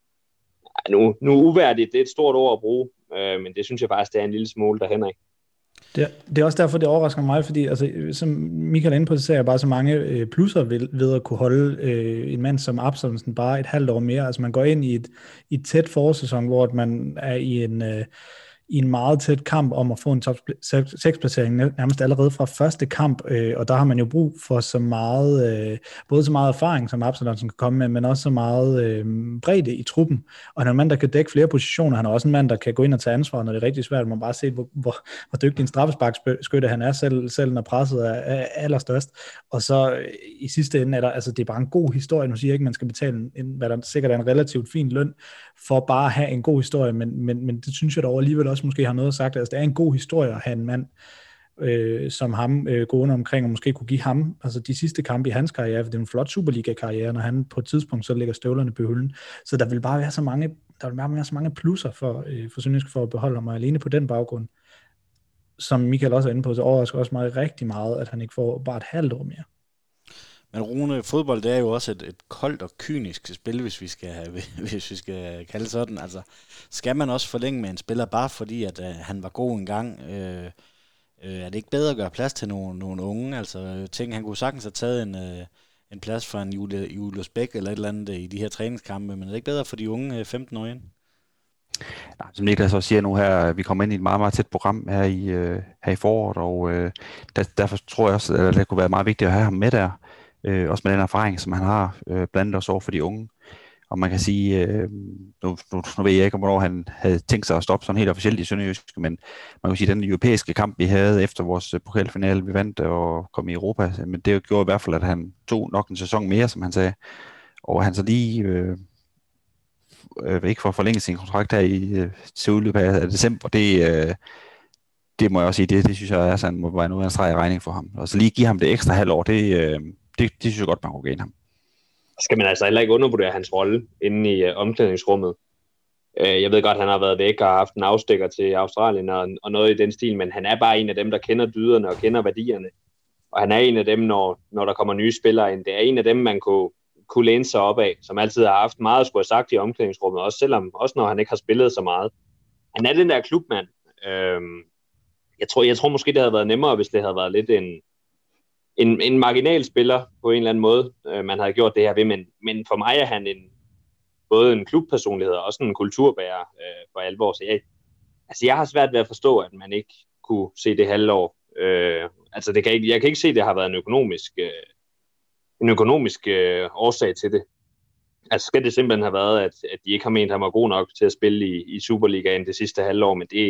nu, nu uværdigt. Det er et stort ord at bruge, øh, men det synes jeg faktisk, det er en lille smule derhen af. Det, det er også derfor, det overrasker mig, fordi altså, som Michael er inde på, så ser jeg bare så mange øh, plusser ved, ved at kunne holde øh, en mand som Absalonsen bare et halvt år mere. Altså man går ind i et, i et tæt forårssæson, hvor man er i en... Øh, i en meget tæt kamp om at få en top seks placering nærmest allerede fra første kamp, øh, og der har man jo brug for så meget, øh, både så meget erfaring, som Absalonsen kan komme med, men også så meget øh, bredde i truppen, og han er en mand, der kan dække flere positioner, han er også en mand, der kan gå ind og tage ansvar, når det er rigtig svært. Man bare se, hvor, hvor, hvor dygtig en straffesparkskytte han er, selv, selv når presset er, er allerstørst, og så øh, i sidste ende er der, altså det er bare en god historie. Nu siger jeg ikke, man skal betale en, hvad der sikkert er en relativt fin løn, for bare at have en god historie, men, men, men det synes jeg dog alligevel også måske har noget at sagt, altså det er en god historie at have en mand øh, som ham øh, gående omkring, og måske kunne give ham altså de sidste kampe i hans karriere, for det er en flot Superliga-karriere, når han på et tidspunkt så lægger støvlerne på hylden, så der vil bare være så mange, der vil bare være så mange plusser for, øh, for Sønderjyske for at beholde ham, og alene på den baggrund, som Michael også er inde på, så overrasker også mig rigtig meget, at han ikke får bare et halvt år mere. Men Rune, fodbold, det er jo også et, et koldt og kynisk spil, hvis vi skal, hvis vi skal kalde det sådan. Altså, skal man også forlænge med en spiller, bare fordi at, uh, han var god engang? Øh, øh, er det ikke bedre at gøre plads til nogle, nogle unge? Altså, tænk, han kunne sagtens have taget en, øh, en plads for en Julius Bæk eller et eller andet i de her træningskampe, men er det ikke bedre for de unge femten-årige? Ja, som Niklas også siger nu her, vi kommer ind i et meget, meget tæt program her i, øh, her i foråret, og øh, der, derfor tror jeg også, at det kunne være meget vigtigt at have ham med der. Øh, også med den erfaring, som han har øh, blandt os over for de unge. Og man kan sige, øh, nu, nu, nu ved jeg ikke, hvornår han havde tænkt sig at stoppe sådan helt officielt i Sønderjysk, men man kan sige, den europæiske kamp, vi havde efter vores pokalfinale, vi vandt og kom i Europa, men det gjorde i hvert fald, at han tog nok en sæson mere, som han sagde. Og han så lige, øh, øh, ikke for forlænge sin kontrakt her i, øh, til udløb af december, det, øh, det må jeg også sige, det, det synes jeg er sådan, må være noget af en streg i regning for ham. Og så lige give ham det ekstra halvår, det øh, Det, det synes jeg godt, man kunne give ham. Skal man altså heller ikke undervurdere hans rolle inde i uh, omklædningsrummet. Uh, jeg ved godt, han har været væk og har haft en afstikker til Australien og, og noget i den stil, men han er bare en af dem, der kender dyderne og kender værdierne. Og han er en af dem, når, når der kommer nye spillere ind. Det er en af dem, man kunne, kunne læne sig op af, som altid har haft meget at skulle have sagt i omklædningsrummet, også, selvom, også når han ikke har spillet så meget. Han er den der klubmand. Uh, jeg, tror, jeg tror måske, det havde været nemmere, hvis det havde været lidt en En, en marginal spiller på en eller anden måde, øh, man havde gjort det her ved, men, men for mig er han en, både en klubpersonlighed og også en kulturbærer øh, for alvor. Så jeg, altså jeg har svært ved at forstå, at man ikke kunne se det halvår. Øh, altså det kan ikke, jeg kan ikke se, at det har været en økonomisk, øh, en økonomisk øh, årsag til det. Altså skal det simpelthen have været, at, at de ikke har ment, at han var god nok til at spille i, i Superligaen det sidste halvår, men det,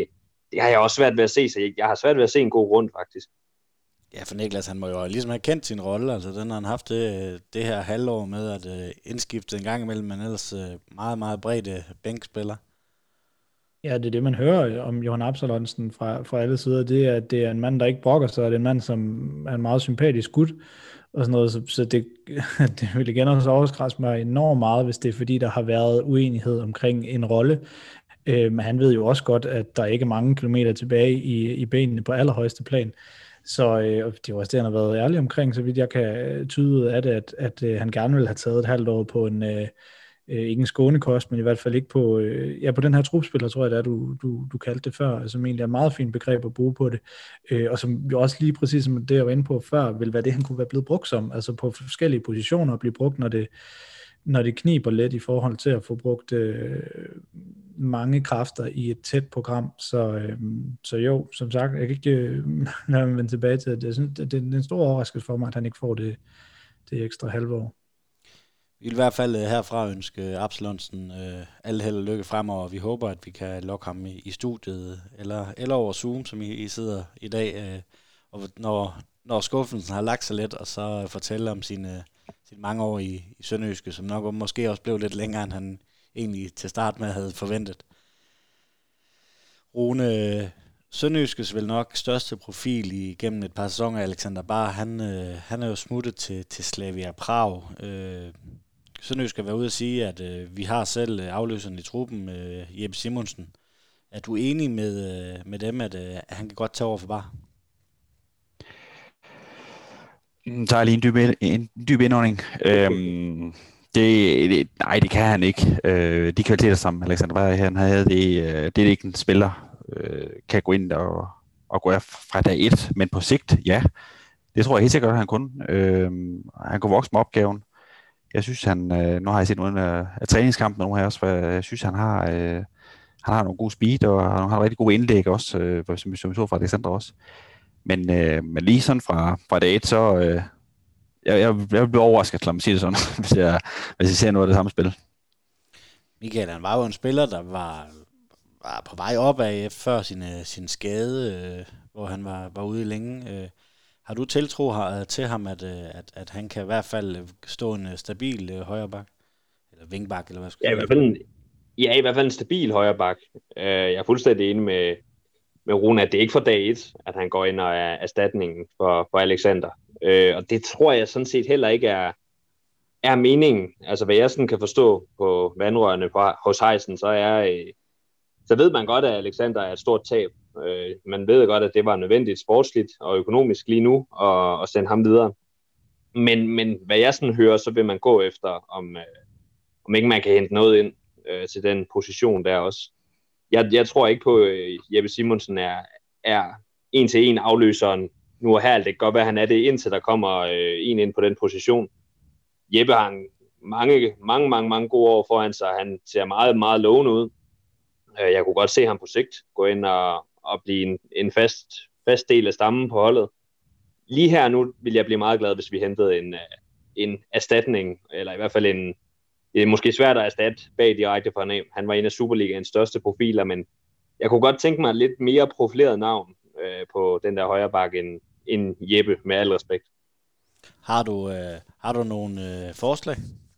det har jeg også svært ved at se, så jeg, jeg har svært ved at se en god grund, faktisk. Ja, for Niklas, han må jo ligesom have kendt sin rolle, altså den har han haft det, det her halvår med at uh, indskifte en gang imellem, men ellers uh, meget, meget bredde bænkspiller. Ja, det er det, man hører om Johan Absalonsen fra, fra alle sider, det er, at det er en mand, der ikke brokker sig, det er en mand, som er en meget sympatisk gut, og sådan noget, så, så det, det vil igen også overraske mig enormt meget, hvis det er fordi, der har været uenighed omkring en rolle. Øh, men han ved jo også godt, at der ikke er mange kilometer tilbage i, i benene på allerhøjeste plan. Så øh, det er også det, han har været ærlig omkring, så vidt jeg kan tyde af det, at, at øh, han gerne vil have taget et halvt år på en, øh, øh, ikke en skånekost, men i hvert fald ikke på, øh, ja, på den her trupspiller, tror jeg, det er, du, du, du kaldte det før, som egentlig er et meget fint begreb at bruge på det, øh, og som jo også lige præcis som det, jeg var inde på før, vil være det, han kunne være blevet brugt som, altså på forskellige positioner, og blive brugt, når det, når det kniber lidt i forhold til at få brugt øh, mange kræfter i et tæt program. Så, øh, så jo, som sagt, jeg kan ikke øh, lade mig vende tilbage til det. Jeg synes, det, det er en stor overraskelse for mig, at han ikke får det, det ekstra halve år. Vi vil i hvert fald herfra ønske Absalonsen øh, alle held og lykke fremover. Vi håber, at vi kan lokke ham i, i studiet, eller, eller over Zoom, som I, I sidder i dag. Øh, og når, når skuffelsen har lagt sig lidt, og så fortælle om sine, sine mange år i, i Sønderjyske, som nok måske også blev lidt længere, end han egentlig til start med havde forventet. Rune, Sønderjyskes vel nok største profil igennem et par sæsoner, Alexander Bahr, han, øh, han er jo smuttet til, til Slavia Prag. Øh, Sønderjysk skal være ude og sige, at øh, vi har selv øh, afløseren i truppen, øh, Jeppe Simonsen. Er du enig med, øh, med dem, at, øh, at han kan godt tage over for Bahr? Så er lige en dyb, en dyb indånding. Øhm, det, det, nej, det kan han ikke. Øh, de kvaliteter, som Alexander Bahr han havde, det, det er ikke en spiller, øh, kan gå ind og, og gå af fra dag et. Men på sigt, ja. Det tror jeg helt sikkert, at han kunne. Øh, han kunne vokse med opgaven. Jeg synes, han, øh, nu har jeg set nogle af, af træningskampen nu her også, jeg synes, han har, øh, han har nogle gode speed, og han har rigtig gode indlæg også, øh, som, som vi så fra Alexander også. Men, øh, men lige sådan fra, fra dag et, så øh, jeg, jeg, jeg vil blive overrasket, lad mig sige det sådan, hvis, jeg, hvis jeg ser noget af det samme spil. Michael, han var jo en spiller, der var, var på vej opad før sin, sin skade, øh, hvor han var, var ude længe. Øh, har du tiltro til ham, at, at, at han kan i hvert fald stå en stabil øh, højreback? Eller vingbak, eller hvad skal ja, i hvert fald en, ja, i hvert fald en stabil højreback. Uh, jeg er fuldstændig enig med, med Rune, at det er ikke for dag et, at han går ind og er erstatningen for, for Alexander. Uh, og det tror jeg sådan set heller ikke er, er meningen. Altså, hvad jeg sådan kan forstå på vandrørene på, hos Heisen, så, er, uh, så ved man godt, at Alexander er et stort tab. Uh, man ved godt, at det var nødvendigt sportsligt og økonomisk lige nu at, at sende ham videre. Men, men hvad jeg sådan hører, så vil man gå efter, om, uh, om ikke man kan hente noget ind uh, til den position der også. Jeg, jeg tror ikke på, at uh, Jeppe Simonsen er, er en til en afløseren nu og her. Det kan godt være, at han er det, indtil der kommer uh, en ind på den position. Jeppe har mange, mange, mange, mange gode år foran sig. Han ser meget, meget lovende ud. Uh, jeg kunne godt se ham på sigt gå ind og, og blive en, en fast, fast del af stammen på holdet. Lige her nu vil jeg blive meget glad, hvis vi hentede en, uh, en erstatning, eller i hvert fald en. Det er måske svært at erstatte bag direkte for ham. Han var en af Superligaens største profiler, men jeg kunne godt tænke mig et lidt mere profileret navn øh, på den der højre bakke end, end Jeppe, med al respekt. Har du, øh, har du nogle øh, forslag?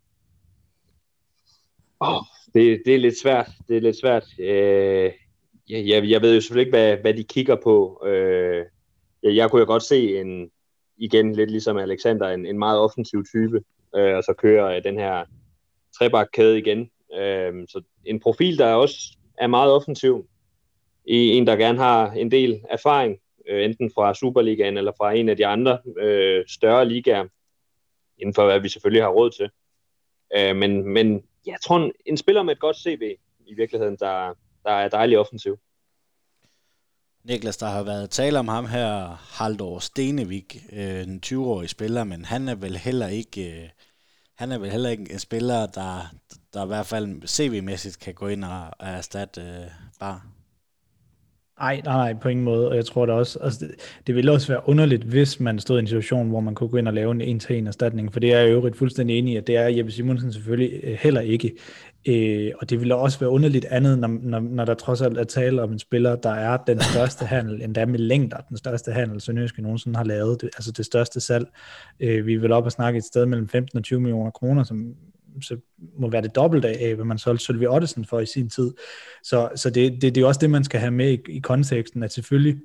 Oh, det, det er lidt svært. Det er lidt svært. Øh, jeg, jeg ved jo selvfølgelig ikke, hvad, hvad de kigger på. Øh, jeg, jeg kunne jo godt se en, igen lidt ligesom Alexander, en, en meget offensiv type, øh, og så kører øh, den her trebakkæde igen. Øh, så en profil, der også er meget offensiv. En, der gerne har en del erfaring, øh, enten fra Superligaen eller fra en af de andre øh, større ligaer, inden for hvad vi selvfølgelig har råd til. Øh, men, men jeg tror, en, en spiller med et godt C V i virkeligheden, der, der er dejlig offensiv. Niklas, der har været tale om ham her, Haldor Stenevik, øh, en tyve-årig spiller, men han er vel heller ikke... Øh Han er vel heller ikke en spiller, der, der i hvert fald C V-mæssigt kan gå ind og, og erstatte øh, Bahr. Ej, nej, nej, på ingen måde, og jeg tror da også, altså det, det ville også være underligt, hvis man stod i en situation, hvor man kunne gå ind og lave en en-til-en erstatning, for det er jeg i øvrigt fuldstændig enig i, at det er Jeppe Simonsen selvfølgelig øh, heller ikke, øh, og det ville også være underligt andet, når, når, når der trods alt er tale om en spiller, der er den største handel, endda med længder, den største handel, Sønderjyske nogensinde har lavet, det, altså det største salg. Øh, vi er vel op og snakke et sted mellem femten og tyve millioner kroner, som så må være det dobbelte af, hvad man solgte Sølvi Ottesen for i sin tid. Så, så det, det, det er også det, man skal have med i, i konteksten, at selvfølgelig,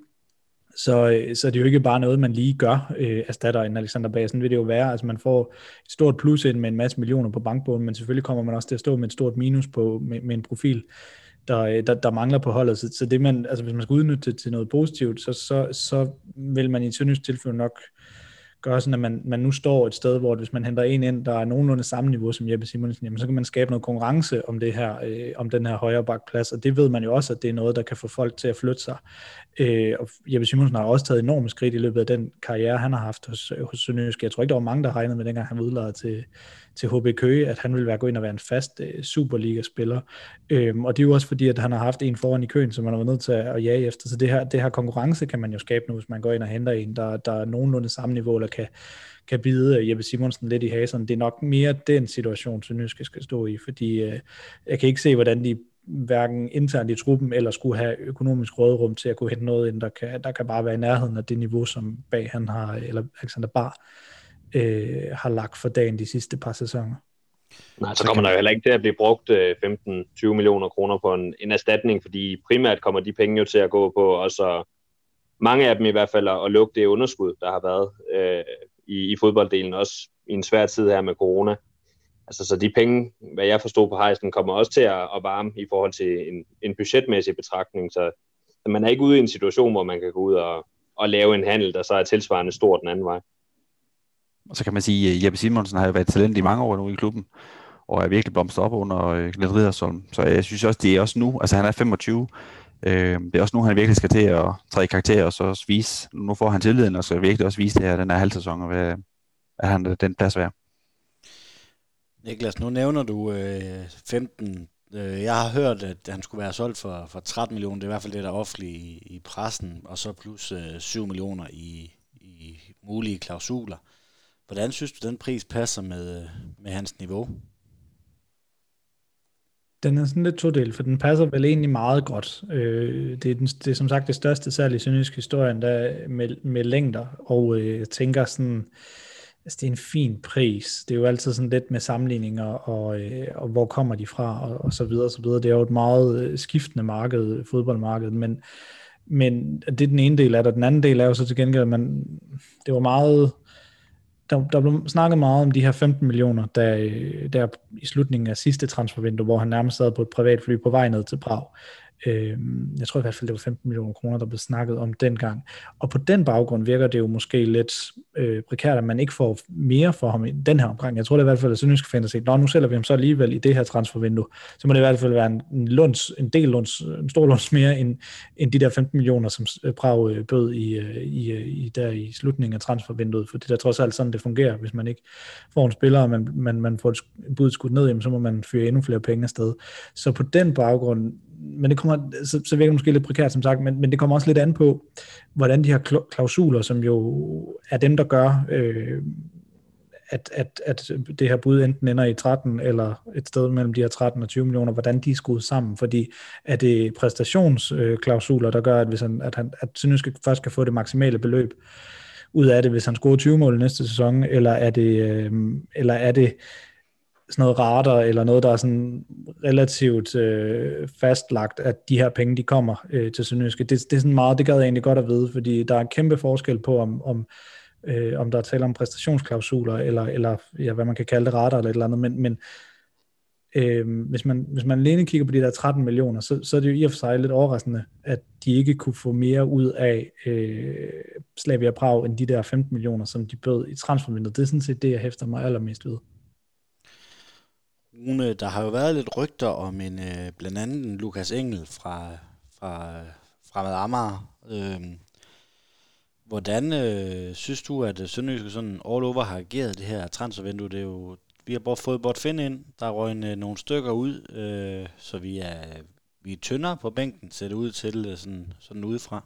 så, så det er jo ikke bare noget, man lige gør, øh, erstatter en Alexander Bag. Sådan vil det jo være. Altså man får et stort plus ind med en masse millioner på bankbogen, men selvfølgelig kommer man også til at stå med et stort minus på, med, med en profil, der, der, der mangler på holdet. Så, så det man, altså hvis man skal udnytte det til noget positivt, så, så, så vil man i et sønderjysk tilfælde nok gør sådan, at man, man nu står et sted, hvor hvis man henter en ind, der er nogenlunde samme niveau som Jeppe Simonsen, jamen, så kan man skabe noget konkurrence om det her, øh, om den her højre bakplads, og det ved man jo også, at det er noget, der kan få folk til at flytte sig. Øh, og Jeppe Simonsen har også taget enorme skridt i løbet af den karriere, han har haft hos, hos Sønderjyske. Jeg tror ikke, der var mange, der regnede med, dengang han var udlejet til, til H B Køge, at han ville være gå ind og være en fast øh, Superliga-spiller. Øh, og det er jo også fordi, at han har haft en foran i køen, som man har været nødt til at, at jage efter. Så det her, det her konkurrence kan man jo skabe nu, hvis man går ind og henter en, der, der er nogenlunde samme niveau, eller kan, kan bide Jeppe Simonsen lidt i haserne. Det er nok mere den situation, Sønderjyske skal stå i, fordi øh, jeg kan ikke se, hvordan de hverken internt i truppen, eller skulle have økonomisk råderum til at kunne hente noget ind, der kan, der kan bare være i nærheden af det niveau, som Bag han har, eller Alexander Bar øh, har lagt for dagen de sidste par sæsoner. Nej, så kommer der jo heller ikke til at blive brugt femten til tyve millioner kroner på en, en erstatning, fordi primært kommer de penge jo til at gå på, og så mange af dem i hvert fald, at lukke det underskud, der har været øh, i, i fodbolddelen, også i en svær tid her med corona. Altså, så de penge, hvad jeg forstod på hejsen, kommer også til at, at varme i forhold til en, en budgetmæssig betragtning, så man er ikke ude i en situation, hvor man kan gå ud og, og lave en handel, der så er tilsvarende stor den anden vej. Og så kan man sige, at Jeppe Simonsen har jo været talent i mange år nu i klubben, og er virkelig blomstret op under øh, Glenn Riddersholm. Så jeg synes også, det er også nu, altså han er femogtyve, øh, det er også nu, han virkelig skal til at træde i karakter, og så også vise, nu får han tilliden, og så virkelig også vise det her, den her halvsæson, og hvad er han den plads værd. Niklas, nu nævner du øh, femten. Øh, jeg har hørt, at han skulle være solgt for, for tretten millioner, det er i hvert fald det, der er offentligt i, i pressen, og så plus øh, syv millioner i, i mulige klausuler. Hvordan synes du, den pris passer med, med hans niveau? Den er sådan lidt todelt, for den passer vel egentlig meget godt. Øh, det, er den, det er som sagt det største salg i sønderjysk historien der med, med længder, og øh, jeg tænker sådan, altså det er en fin pris. Det er jo altid sådan lidt med sammenligninger, og, øh, og hvor kommer de fra, og, og så videre, og så videre. Det er jo et meget skiftende marked, fodboldmarked, men, men det er den ene del af det. Den anden del er jo så til gengæld, at man, det var meget... Der, der blev snakket meget om de her femten millioner, der, der i slutningen af sidste transfervindue, hvor han nærmest sad på et privatfly på vej ned til Prag. Jeg tror i hvert fald, det var femten millioner kroner, der blev snakket om dengang. Og på den baggrund virker det jo måske lidt øh, prekært, at man ikke får mere for ham i den her omgang. Jeg tror det i hvert fald, at Sønderjyske fans har set, nå, nu sælger vi ham så alligevel i det her transfervindue. Så må det i hvert fald være en, en, lunds, en del lunds, en stor lunds mere end, end de der femten millioner, som Prag øh, bød i, i, i, der i slutningen af transfervinduet. For det er trods alt sådan, det fungerer. Hvis man ikke får en spiller, og man, man, man får et bud skudt ned, jamen, så må man fyre endnu flere penge afsted. Så på den baggrund, men det kommer, så, så virker det måske lidt prekært, som sagt, men, men det kommer også lidt an på, hvordan de her klausuler, som jo er dem, der gør, øh, at, at, at det her bud enten ender i tretten, eller et sted mellem de her tretten og tyve millioner, hvordan de er skruet sammen, fordi er det præstationsklausuler, der gør, at, hvis han, at, han, at Sønderjyske først kan få det maksimale beløb ud af det, hvis han scorer tyve mål næste sæson, eller er det, øh, eller er det sådan noget radar, eller noget, der er sådan relativt øh, fastlagt, at de her penge, de kommer øh, til Sønderjyske. Det, det er sådan meget, det gad jeg egentlig godt at vide, fordi der er en kæmpe forskel på, om, om, øh, om der er tale om præstationsklausuler, eller, eller ja, hvad man kan kalde det, radar, eller et eller andet, men, men øh, hvis, man, hvis man alene kigger på de der tretten millioner, så, så er det jo i og for sig lidt overraskende, at de ikke kunne få mere ud af øh, Slavia Prag, end de der femten millioner, som de bød i transfervinduet. Det er sådan set det, jeg hæfter mig allermest ved. Rune, der har jo været lidt rygter om en øh, blandt andet en Lukas Engel fra, fra Fremad Amager. Øh, hvordan øh, synes du, at Sønderjyske sådan all over har ageret det her transfervindue? Det er jo, vi har bare fået Bort Finn ind, der røg øh, nogle stykker ud, øh, så vi er, blive tyndere på bænken, ser det ud til øh, sådan, sådan udefra?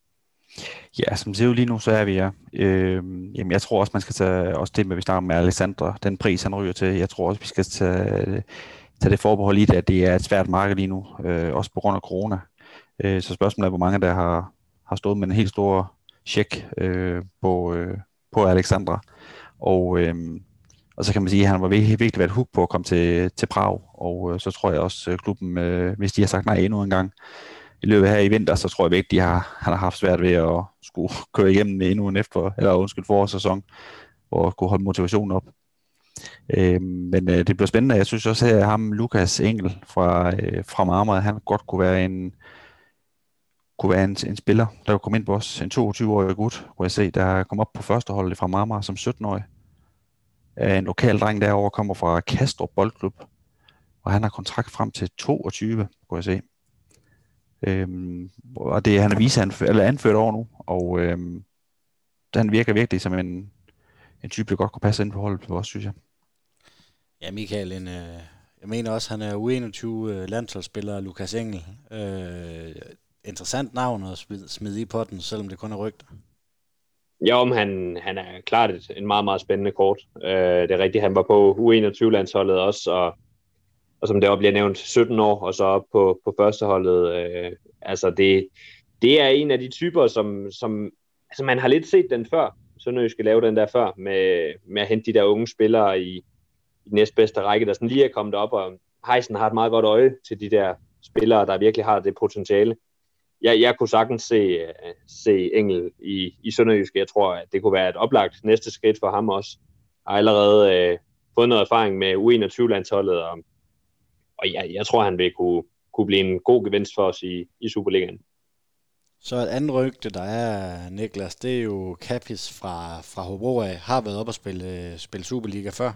Ja, som det ser ud lige nu, så er vi ja. Øh, jamen, jeg tror også, man skal tage også det med, vi snakker med Alexandra, den pris, han ryger til. Jeg tror også, vi skal tage, tage det forbehold i det, at det er et svært marked lige nu, øh, også på grund af corona. Øh, så spørgsmålet er, hvor mange der har, har stået med en helt stor check øh, på, øh, på Alexandra. Og, øh, og så kan man sige, at han var virkelig, virkelig været hook på at komme til, til Prag. Og øh, så tror jeg også, at klubben, øh, hvis de har sagt nej endnu en gang, i løbet her i vinter, så tror jeg ikke, de har, han har haft svært ved at skulle køre igennem endnu en efter, eller undskyld forårssæson, og skulle holde motivationen op. Øh, men øh, det bliver spændende. Jeg synes også, at ham, Lukas Engel fra, øh, fra Marmara, han godt kunne være en, kunne være en, en spiller, der kunne komme ind på os. En toogtyve-årig gut, kunne jeg se, der kom op på førsteholdet fra Marmara som sytten-årig. En lokal dreng derovre kommer fra Kastrup Boldklub, og han har kontrakt frem til toogtyve, kunne jeg se. Øhm, og det han er viseanført, eller anført over nu, og øhm, han virker virkelig som en, en type, der godt kunne passe ind på holdet på os, synes jeg. Ja, Michael, en, øh, jeg mener også, han er U enogtyve landsholdsspiller, Lukas Engel. Øh, interessant navn at smide, smide i potten, selvom det kun er rygter. Ja, om han, han er klart et, en meget, meget spændende kort. Øh, det er rigtigt, han var på U enogtyve-landsholdet også, og, og som det også bliver nævnt, sytten år, og så op på, på førsteholdet. Øh, altså, det, det er en af de typer, som, som altså man har lidt set den før. Sønderjyske lave den der før, med, med at hente de der unge spillere i, i den næstbedste række, der sådan lige er kommet op, og Heisen har et meget godt øje til de der spillere, der virkelig har det potentiale. Jeg, jeg kunne sagtens se, se Engel i, i Sønderjyske. Jeg tror, at det kunne være et oplagt næste skridt for ham også. Jeg har allerede øh, fået noget erfaring med U enogtyve-landsholdet, og, og jeg, jeg tror, han vil kunne, kunne blive en god gevinst for os i, i Superligaen. Så et andet rygte, der er, Niklas, det er jo Kapis fra, fra Hobro af, har været op og spille, spille Superliga før.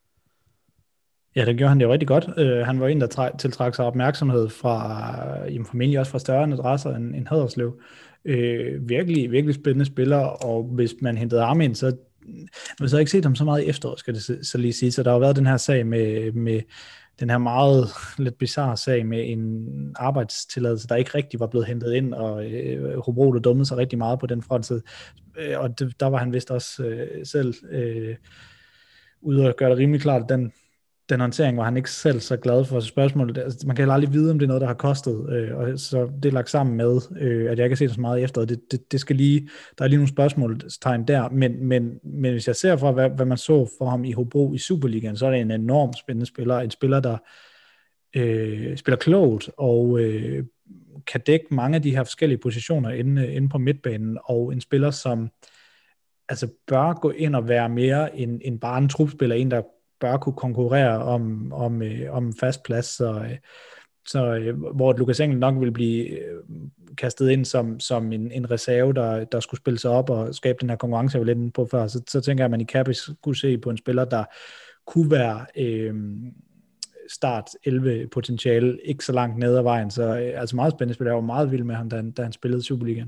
Ja, det gjorde han det jo rigtig godt. Uh, han var en, der træ- tiltrak sig opmærksomhed fra, jamen formentlig også fra større adresser end, end Haderslev. Uh, virkelig, virkelig spændende spiller, og hvis man hentede ham ind, så man så ikke set ham så meget i efteråret, skal det så lige sige. Så der har jo været den her sag med, med den her meget lidt bizarre sag med en arbejdstilladelse, der ikke rigtig var blevet hentet ind, og øh, Hobro, der dummede sig rigtig meget på den front. Så, øh, og det, der var han vist også øh, selv øh, ude og gøre det rimelig klart, at den den håndtering var han ikke selv så glad for. Så spørgsmålet, altså, man kan aldrig vide, om det er noget, der har kostet, øh, og så det er lagt sammen med, øh, at jeg ikke har set så meget efter. Det, det, det skal lige, der er lige nogle spørgsmålstegn der, men, men, men hvis jeg ser for, hvad, hvad man så for ham i Hobro i Superligaen, så er det en enormt spændende spiller, en spiller, der øh, spiller klogt, og øh, kan dække mange af de her forskellige positioner inde, inde på midtbanen, og en spiller, som altså bør gå ind og være mere end, end bare en trupspiller, en, der bør kunne konkurrere om, om, øh, om en fast plads, så, øh, så øh, hvor Lukas Engel nok vil blive øh, kastet ind som, som en, en reserve, der, der skulle spille sig op og skabe den her konkurrence, jeg var lidt på før, så, så tænker jeg, at man i Kapis kunne se på en spiller, der kunne være øh, start elleve potentiale, ikke så langt ned ad vejen, så øh, altså meget spændende spiller. Jeg var meget vild med ham, da han, da han spillede Superligaen.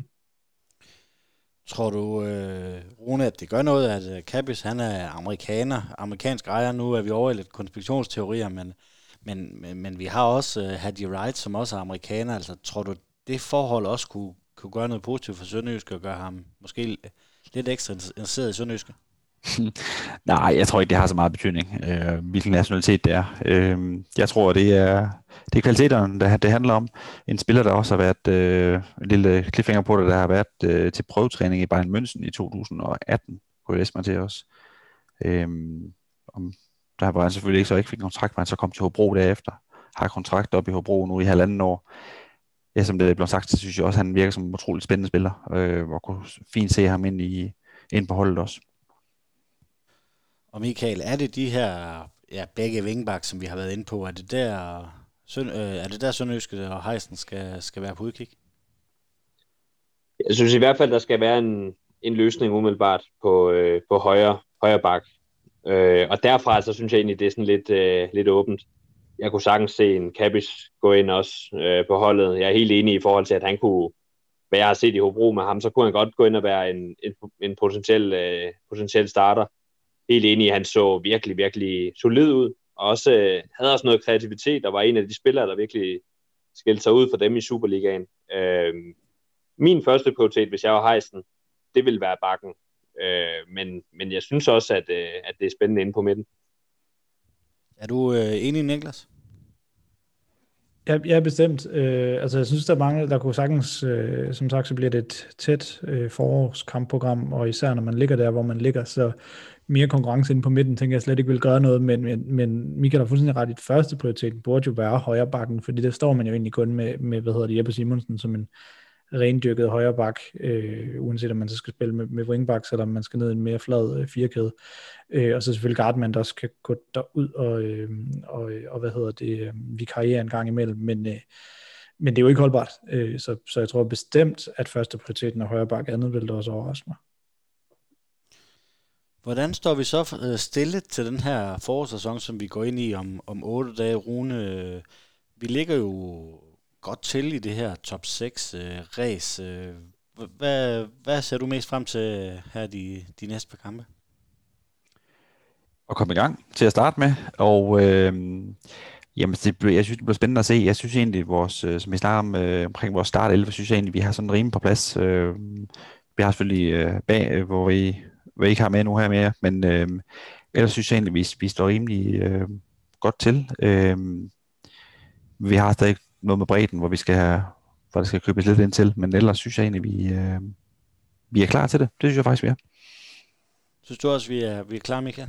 Tror du, øh, Rune, at det gør noget, at Kapis, han er amerikaner, amerikansk ejer? Nu er vi over i lidt konspirationsteorier, men, men, men, men vi har også uh, Hadi Wright, som også er amerikaner. Altså, tror du, det forhold også kunne, kunne gøre noget positivt for Sønderjyske og gøre ham måske lidt ekstra interesseret i Sønderjyske? Nej, jeg tror ikke, det har så meget betydning, øh, hvilken nationalitet det er. Øh, jeg tror, det er, det er kvaliteterne, det, det handler om. En spiller, der også har været, øh, en lille cliffhanger på det, der har været øh, til prøvetræning i Bayern München i to tusind og atten, kunne jeg læse mig til også. Øh, om, der var han selvfølgelig ikke, så ikke fik kontrakt, men han så kom til Hobro derefter. Har kontrakt op i Hobro nu i halvanden år. Ja, som det er blevet sagt, så synes jeg også, at han virker som en utroligt spændende spiller, øh, og kunne fint se ham ind, i, ind på holdet også. Og Michael, er det de her, ja, begge vingbak, som vi har været inde på, er det der, Søn, øh, er det der Sønderjyske og Heisen skal, skal være på udkig? Jeg synes i hvert fald, der skal være en, en løsning umiddelbart på, øh, på højre, højre bak. Øh, og derfra så synes jeg egentlig, det er sådan lidt, øh, lidt åbent. Jeg kunne sagtens se en Kapis gå ind også øh, på holdet. Jeg er helt enig i forhold til, at han kunne, hvad jeg har set i Hobro med ham, så kunne han godt gå ind og være en, en, en potentiel, øh, potentiel starter. Helt enig, han så virkelig, virkelig solid ud, og også øh, havde også noget kreativitet, og var en af de spillere, der virkelig skilte sig ud for dem i Superligaen. Øh, min første prioritet, hvis jeg var Heisen, det ville være Bakken. Øh, men, men jeg synes også, at, øh, at det er spændende inde på midten. Er du øh, enig, Niklas? Ja, ja, bestemt. Øh, altså, jeg synes, der er mange, der kunne sagtens, øh, som sagt, så bliver det et tæt øh, forårskampprogram, og især når man ligger der, hvor man ligger, så mere konkurrence inde på midten, tænker jeg slet ikke vil gøre noget, men, men, men Michael har fuldstændig ret i, at første prioriteten burde jo være højre bakken, fordi der står man jo egentlig kun med, med hvad hedder det, Jeppe Simonsen som en rendyrket højre bak, øh, uanset om man så skal spille med, med wingbacks, eller om man skal ned i en mere flad øh, firkæde. Øh, og så selvfølgelig Gardman, der også kan gå derud og, øh, og, og hvad hedder det, øh, vikariere en gang imellem, men, øh, men det er jo ikke holdbart. Øh, så, så jeg tror bestemt, at første prioriteten er højre bak, andet vil det også overraske mig. Hvordan står vi så stille til den her forårssæson, som vi går ind i om, om otte dage, Rune? Vi ligger jo godt til i det her top seks øh, race. Hvad, hvad ser du mest frem til her de, de næste par kampe? At komme i gang til at starte med, og øh, jamen, det, jeg synes, det bliver spændende at se. Jeg synes egentlig, vores, som vi snakker om øh, omkring vores start elleve, synes jeg egentlig, vi har sådan rimelig på plads. Øh, vi har selvfølgelig øh, bag, øh, hvor vi, vi ikke har med nu her mere, men øh, ellers synes jeg egentlig, vi, vi står rimelig øh, godt til. Øh, vi har stadig noget med bredden, hvor vi skal have, hvor der skal købes lidt ind til, men ellers synes jeg egentlig, vi, øh, vi er klar til det. Det synes jeg faktisk, vi er. Synes du også, vi er, vi er klar, Michael?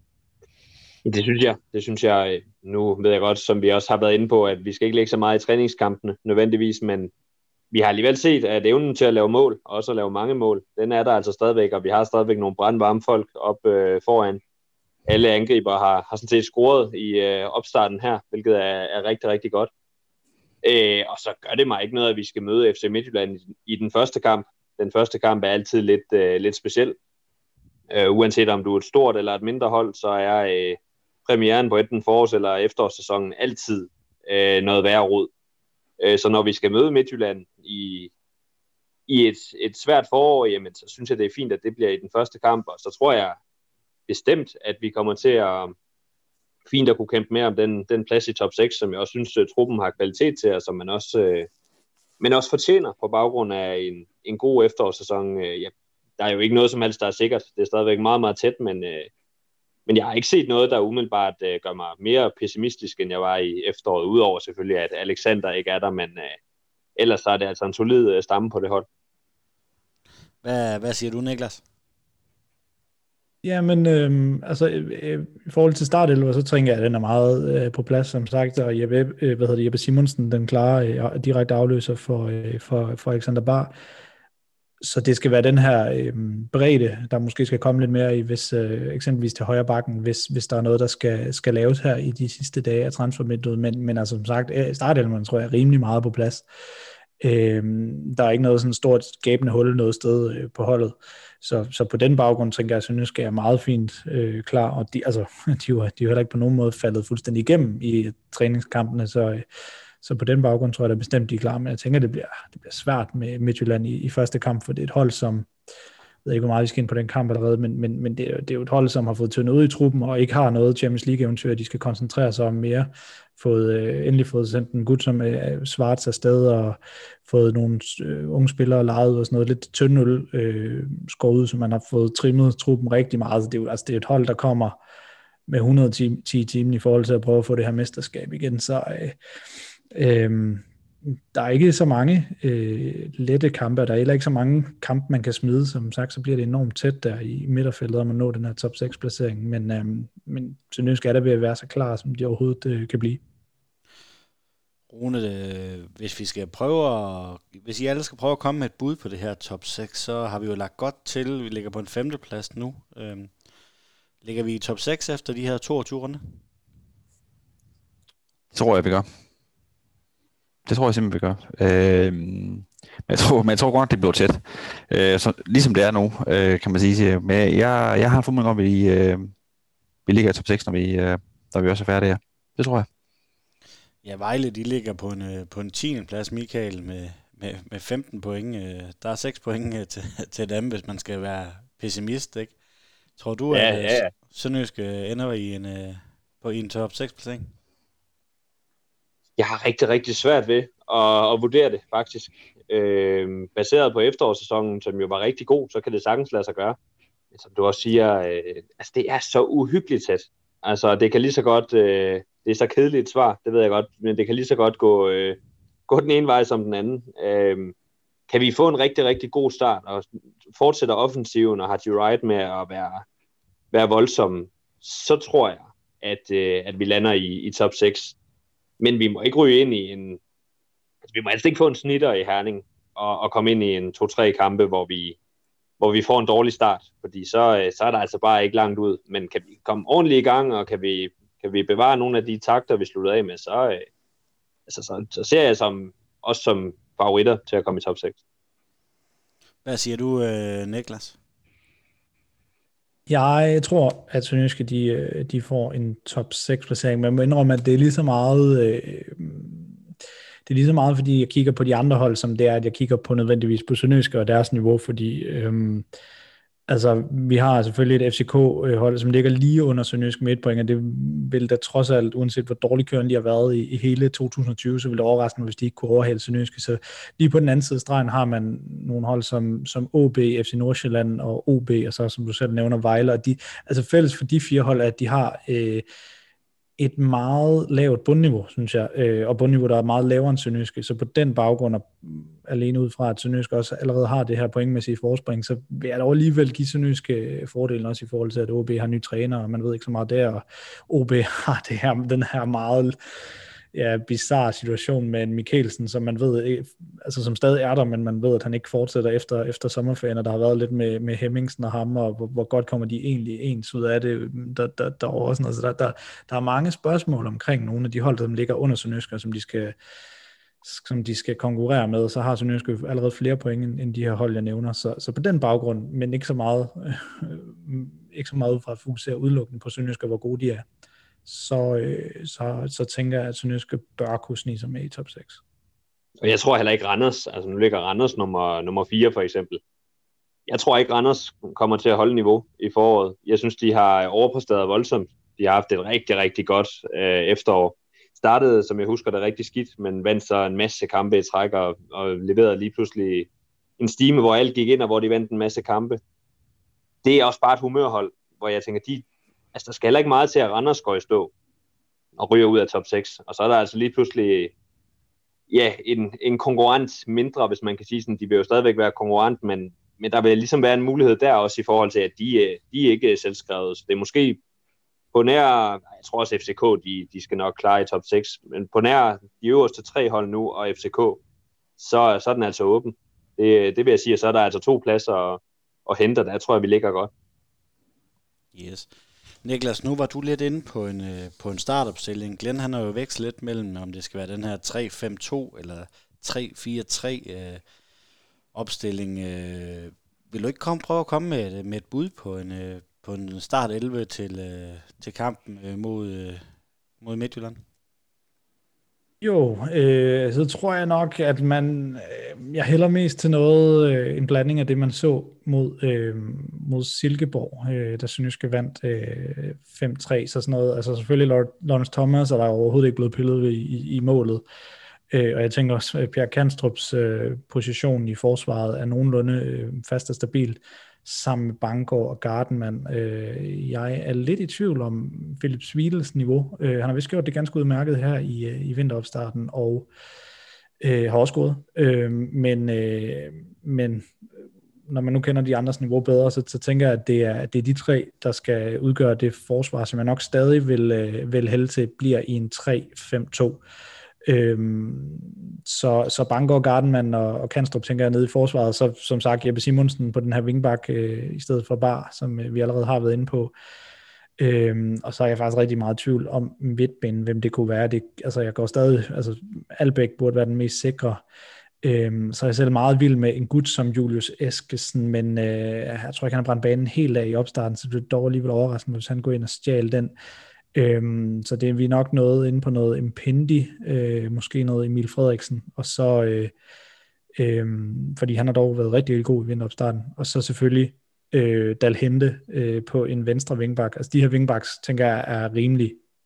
Det synes jeg. Det synes jeg. Nu ved jeg godt, som vi også har været inde på, at vi skal ikke lægge så meget i træningskampene nødvendigvis, men vi har alligevel set, at evnen til at lave mål, og også at lave mange mål, den er der altså stadigvæk, og vi har stadigvæk nogle brandvarme folk op øh, foran. Alle angriber har, har sådan set scoret i øh, opstarten her, hvilket er, er rigtig, rigtig godt. Øh, og så gør det mig ikke noget, at vi skal møde F C Midtjylland i, i den første kamp. Den første kamp er altid lidt, øh, lidt speciel. Øh, uanset om du er et stort eller et mindre hold, så er øh, premieren på enten forårs- eller efterårssæsonen altid øh, noget værre rod. Øh, så når vi skal møde Midtjylland i, i et, et svært forår, jamen, så synes jeg, det er fint, at det bliver i den første kamp, og så tror jeg bestemt, at vi kommer til at fint at kunne kæmpe mere om den, den plads i top seks, som jeg også synes, at truppen har kvalitet til, og som man også, øh, men også fortjener på baggrund af en, en god efterårssæson. Øh, ja, der er jo ikke noget som helst, der er sikkert. Det er stadigvæk meget, meget tæt, men, øh, men jeg har ikke set noget, der umiddelbart øh, gør mig mere pessimistisk, end jeg var i efteråret, udover selvfølgelig, at Alexander ikke er der, men øh, ellers er det altså en solid øh, stamme på det hold. Hvad, hvad siger du, Niklas? Ja, men øh, altså øh, i forhold til startelver, så tænker jeg, at den er meget øh, på plads, som sagt, og Jeppe, øh, hvad hedder det, Jeppe Simonsen, den klare øh, direkte afløser for, øh, for, for Alexander Bar. Så det skal være den her øh, bredde, der måske skal komme lidt mere i, hvis øh, eksempelvis til højre bakken, hvis, hvis der er noget, der skal, skal laves her i de sidste dage af transfervinduet. Men, men altså som sagt, startelveren tror jeg er rimelig meget på plads. Øh, der er ikke noget sådan stort skabende hul noget sted øh, på holdet. Så, så på den baggrund tænker jeg, at Sønderjysk er meget fint øh, klar, og de, altså, de, er jo, de er jo heller ikke på nogen måde faldet fuldstændig igennem i træningskampene, så, øh, så på den baggrund tror jeg da bestemt, de er klar, men jeg tænker, at det bliver, det bliver svært med Midtjylland i, i første kamp, for det er et hold, som, jeg ved ikke, hvor meget vi skal ind på den kamp allerede, men, men, men det, er, det er jo et hold, som har fået tyndet ud i truppen, og ikke har noget Champions League-eventyr, de skal koncentrere sig om mere, fået, øh, endelig fået sendt en gut som øh, Svarts afsted, og fået nogle øh, unge spillere lejet og sådan noget, lidt tyndøl øh, skåret ud, så man har fået trimmet truppen rigtig meget, så det er jo altså, det er et hold, der kommer med et hundrede og ti timer i forhold til at prøve at få det her mesterskab igen, så øh, øh, der er ikke så mange øh, lette kampe, og der er heller ikke så mange kampe, man kan smide. Som sagt, så bliver det enormt tæt der i midterfeltet, om at nå den her top seks placering. Men, øh, men Sønderjysk er der ved at være så klar, som de overhovedet øh, kan blive. Rune, øh, hvis vi skal prøve at, hvis I alle skal prøve at komme med et bud på det her top seks, så har vi jo lagt godt til. Vi ligger på en femteplads nu. Øh, ligger vi i top seks efter de her toogtyve runder? Det tror jeg, vi gør. Det tror jeg simpelthen, vi gør. Øh, men, jeg tror, men jeg tror godt, det bliver tæt. Øh, så, ligesom det er nu, øh, kan man sige. Men jeg, jeg har en formodning om, at vi, øh, vi ligger i top seks, når vi, øh, når vi også er færdige her. Det tror jeg. Ja, Vejle, de ligger på en, på en tiende plads, Michael, med, med, med femten point. Der er seks point til, til dem, hvis man skal være pessimist, ikke? Tror du, ja, at ja, ja. Sønderjysk ender i en, på en top seks placering? Jeg har rigtig, rigtig svært ved at, at vurdere det, faktisk. Øh, baseret på efterårssæsonen, som jo var rigtig god, så kan det sagtens lade sig gøre. Men som du også siger, øh, altså det er så uhyggeligt tæt. Altså det kan lige så godt, øh, det er så kedeligt et svar, det ved jeg godt, men det kan lige så godt gå, øh, gå den ene vej som den anden. Øh, kan vi få en rigtig, rigtig god start, og fortsætter offensiven, og har de right med at være, være voldsomme, så tror jeg, at, øh, at vi lander i, i top seks. Men vi må ikke ryge ind i en... Altså, vi må altså ikke få en snitter i Herning, og, og komme ind i en to-tre kampe, hvor vi, hvor vi får en dårlig start, fordi så, så er der altså bare ikke langt ud. Men kan vi komme ordentligt i gang, og kan vi, kan vi bevare nogle af de takter, vi slutter af med, så, øh, altså, så, så ser jeg som, også som favoritter til at komme i top seks. Hvad siger du, øh, Niklas? Jeg tror, at Sønderjyske, de, de får en top seks placering, men jeg må indrømme, at det er lige så meget, øh, det er lige så meget, fordi jeg kigger på de andre hold, som det er, at jeg kigger på nødvendigvis på Sønderjyske og deres niveau, fordi øh, altså, vi har selvfølgelig et F C K-hold, som ligger lige under Sønderjyske med et point, og det vil da trods alt, uanset hvor dårlig køren de har været i, i hele to tusind og tyve, så vil det overraske mig, hvis de ikke kunne overhale Sønderjyske. Så lige på den anden side af stregen har man nogle hold som, som O B, F C Nordsjælland og O B, og så som du selv nævner, Vejle. Og de, altså fælles for de fire hold er, at de har øh, et meget lavt bundniveau, synes jeg, øh, og bundniveau, der er meget lavere end Sønderjyske. Så på den baggrund, og alene ud fra, at Sønderjyske også allerede har det her pointmæssige forspring, så vil jeg dog alligevel give Sønderjyske fordelen også i forhold til, at O B har nye træner, og man ved ikke så meget der, og O B har det her, den her meget ja, bizarre situation med en Mikkelsen, som man ved, altså som stadig er der, men man ved, at han ikke fortsætter efter, efter sommerferien, og der har været lidt med, med Hemmingsen og ham, og hvor, hvor godt kommer de egentlig ens ud af det der, der, derovre. Sådan, altså der, der, der er mange spørgsmål omkring nogle af de hold, som ligger under Sønderjyske, som de skal som de skal konkurrere med, så har Sønderjyske allerede flere point end de her hold, jeg nævner. Så, så på den baggrund, men ikke så meget, øh, ikke så meget ud fra at fokusere udelukkende på Sønderjyske, hvor gode de er, så, øh, så, så tænker jeg, at Sønderjyske bør kunne snige sig med i top seks. Og jeg tror heller ikke Randers, altså nu ligger Randers nummer, nummer fire for eksempel. Jeg tror ikke Randers kommer til at holde niveau i foråret. Jeg synes, de har overpræsteret voldsomt. De har haft et rigtig, rigtig godt øh, efterår. Startede, som jeg husker det, rigtig skidt, men vandt så en masse kampe i træk og, og leverede lige pludselig en stime, hvor alt gik ind, og hvor de vandt en masse kampe. Det er også bare et humørhold, hvor jeg tænker, de, altså, der skal heller ikke meget til, at Randers går i stå og ryger ud af top seks. Og så er der altså lige pludselig ja, en, en konkurrent mindre, hvis man kan sige sådan. De vil jo stadigvæk være konkurrent, men, men der vil ligesom være en mulighed der også i forhold til, at de, de ikke er selvskrevet. Så det er måske på nær, jeg tror også F C K, de, de skal nok klare i top seks, men på nær de øverste tre hold nu og F C K, så, så er den altså åben. Det, det vil jeg sige, så er der altså to pladser at, at hente, der tror jeg, vi ligger godt. Yes. Niklas, nu var du lidt inde på en, på en startopstilling. Glenn, han har jo vekslet lidt mellem, om det skal være den her tre fem to eller tre fire tre øh, opstilling. Øh, vil du ikke komme, prøve at komme med, med et bud på en, øh, på en start elleve til, øh, til kampen øh, mod, øh, mod Midtjylland? Jo, øh, så tror jeg nok, at man, øh, jeg hælder mest til noget, øh, en blanding af det, man så mod, øh, mod Silkeborg, øh, der Sønderjyske vandt øh, fem tre, så sådan noget, altså selvfølgelig Lawrence Thomas er der overhovedet ikke blevet pillet ved i, i målet, øh, og jeg tænker også, at Pierre Kanstrups øh, position i forsvaret er nogenlunde øh, fast og stabil, sammen med Bangor og Gardenman. Øh, jeg er lidt i tvivl om Philip Svidels niveau. Øh, han har vist gjort det ganske udmærket her i, i vinteropstarten, og øh, har også gået. Øh, men, øh, men når man nu kender de andres niveau bedre, så, så tænker jeg, at det er, det er de tre, der skal udgøre det forsvar, som jeg nok stadig vil, øh, vil hælde til, bliver i en tre fem to. Øhm, så, så Bangor, Gardenman og, og Kanstrup tænker jeg nede i forsvaret, så som sagt Jeppe Simonsen på den her vingbak øh, i stedet for Bar, som øh, vi allerede har været inde på. Øhm, og så er jeg faktisk rigtig meget i tvivl om midtbanen, hvem det kunne være. Det, altså jeg går stadig, altså Albæk burde være den mest sikre. Øhm, så er jeg selv meget vild med en gut som Julius Eskesen, men øh, jeg tror ikke han har brændt banen helt af i opstarten, så det er dog alligevel overraskende, hvis han går ind og stjæler den. Øhm, så det er vi nok noget inde på noget Impendi, øh, måske noget Emil Frederiksen, og så øh, øh, fordi han har dog været rigtig, rigtig god i vinteropstarten, og så selvfølgelig øh, Dalhente øh, på en venstre vingbak. Altså de her wingbacks, tænker jeg, er rimelig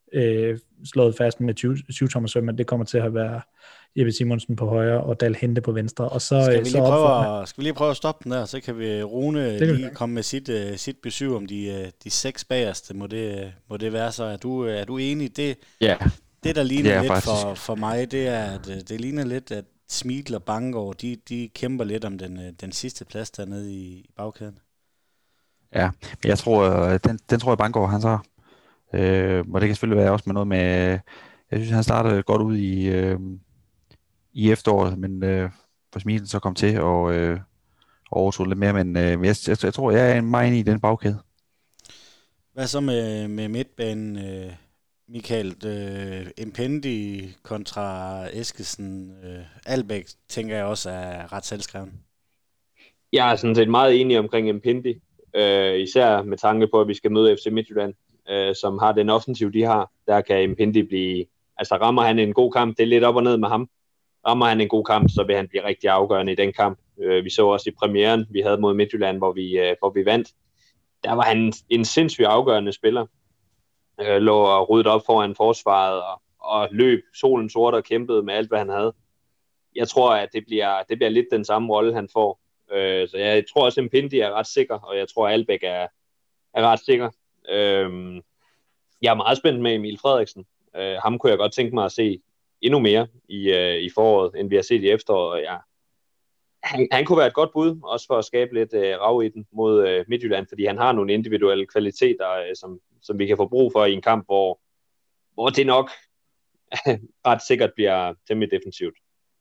øh, slået fast med syv-tommer søm, men det kommer til at være Jeppe Simonsen på højre og Dal Hente på venstre. Og så, skal, vi så lige prøve opfor... at, skal vi lige prøve at stoppe den der, så kan vi Rune det lige komme med sit, uh, sit besøg om de, uh, de seks bagerste. Må det, må det være så? Er du, er du enig? Det, ja. det der ligner det lidt faktisk. for, for mig, det er, at det ligner lidt, at Smidl og Bangor, de, de kæmper lidt om den, den sidste plads dernede i bagkæden. Ja, men jeg tror, den, den tror jeg Bangor, han så. Øh, og det kan selvfølgelig være også med noget med, jeg synes, han startede godt ud i, øh, i efteråret, men øh, for Smidl så kom til og øh, overtog lidt mere, men øh, jeg, jeg, jeg tror, jeg er meget enig i den bagkæde. Hvad så med, med midtbanen, øh, Michael? Øh, Mpendi kontra Eskesen, øh, Albæk, tænker jeg også er ret selvskreven. Jeg er sådan set meget enig omkring Mpendi, øh, især med tanke på, at vi skal møde F C Midtjylland, øh, som har den offensiv, de har. Der kan Mpendi blive, altså rammer han en god kamp, det er lidt op og ned med ham. Rammer han en god kamp, så vil han blive rigtig afgørende i den kamp. Øh, vi så også i premieren, vi havde mod Midtjylland, hvor vi, øh, hvor vi vandt. Der var han en sindssygt afgørende spiller. Øh, lå og ryddet op foran forsvaret og, og løb solen sort og kæmpede med alt, hvad han havde. Jeg tror, at det bliver, det bliver lidt den samme rolle, han får. Øh, så jeg tror også, at Mpendi er ret sikker, og jeg tror, at Albæk er, er ret sikker. Øh, jeg er meget spændt med Emil Frederiksen. Øh, ham kunne jeg godt tænke mig at se endnu mere i, øh, i foråret, end vi har set i efteråret. Og ja, han, han kunne være et godt bud, også for at skabe lidt øh, rav i den mod øh, Midtjylland, fordi han har nogle individuelle kvaliteter, øh, som, som vi kan få brug for i en kamp, hvor, hvor det nok ret sikkert bliver temmelig defensivt.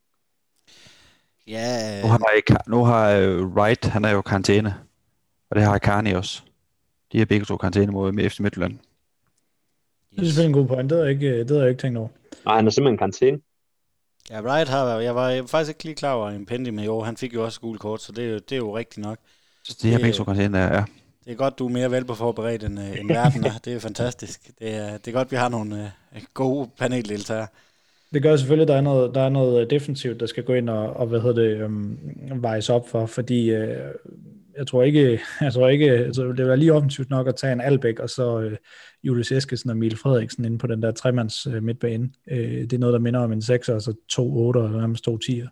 Ja, Nu har, nu har uh, Wright, han er jo karantæne, og det har Carney også. De har begge to karantæne mod F C Midtjylland. Yes. Det er selvfølgelig en god point, det havde jeg ikke, det havde jeg ikke tænkt over. Nej, han er simpelthen karantæne. Ja, Wright har været, jeg var, jeg var faktisk ikke lige klar over Mpendi, men jo, han fik jo også gule kort, så det er jo, det er jo rigtigt nok. Så de har begge to karantæne, ja. Det er godt, du er mere velbeforberedt end, end verden er. Det er fantastisk. Det er, det er godt, vi har nogle uh, gode paneldeltagere. Det gør selvfølgelig, at der er noget, der er noget defensivt, der skal gå ind og, og hvad hedder det, um, vejes op for, fordi uh, jeg tror ikke, jeg tror ikke, altså, det var lige offensivt nok at tage en Albæk, og så uh, Julius Eskesen og Emil Frederiksen inde på den der tremands uh, midtbane. Uh, det er noget, der minder om en sekser, altså to otter, eller nærmest to tier.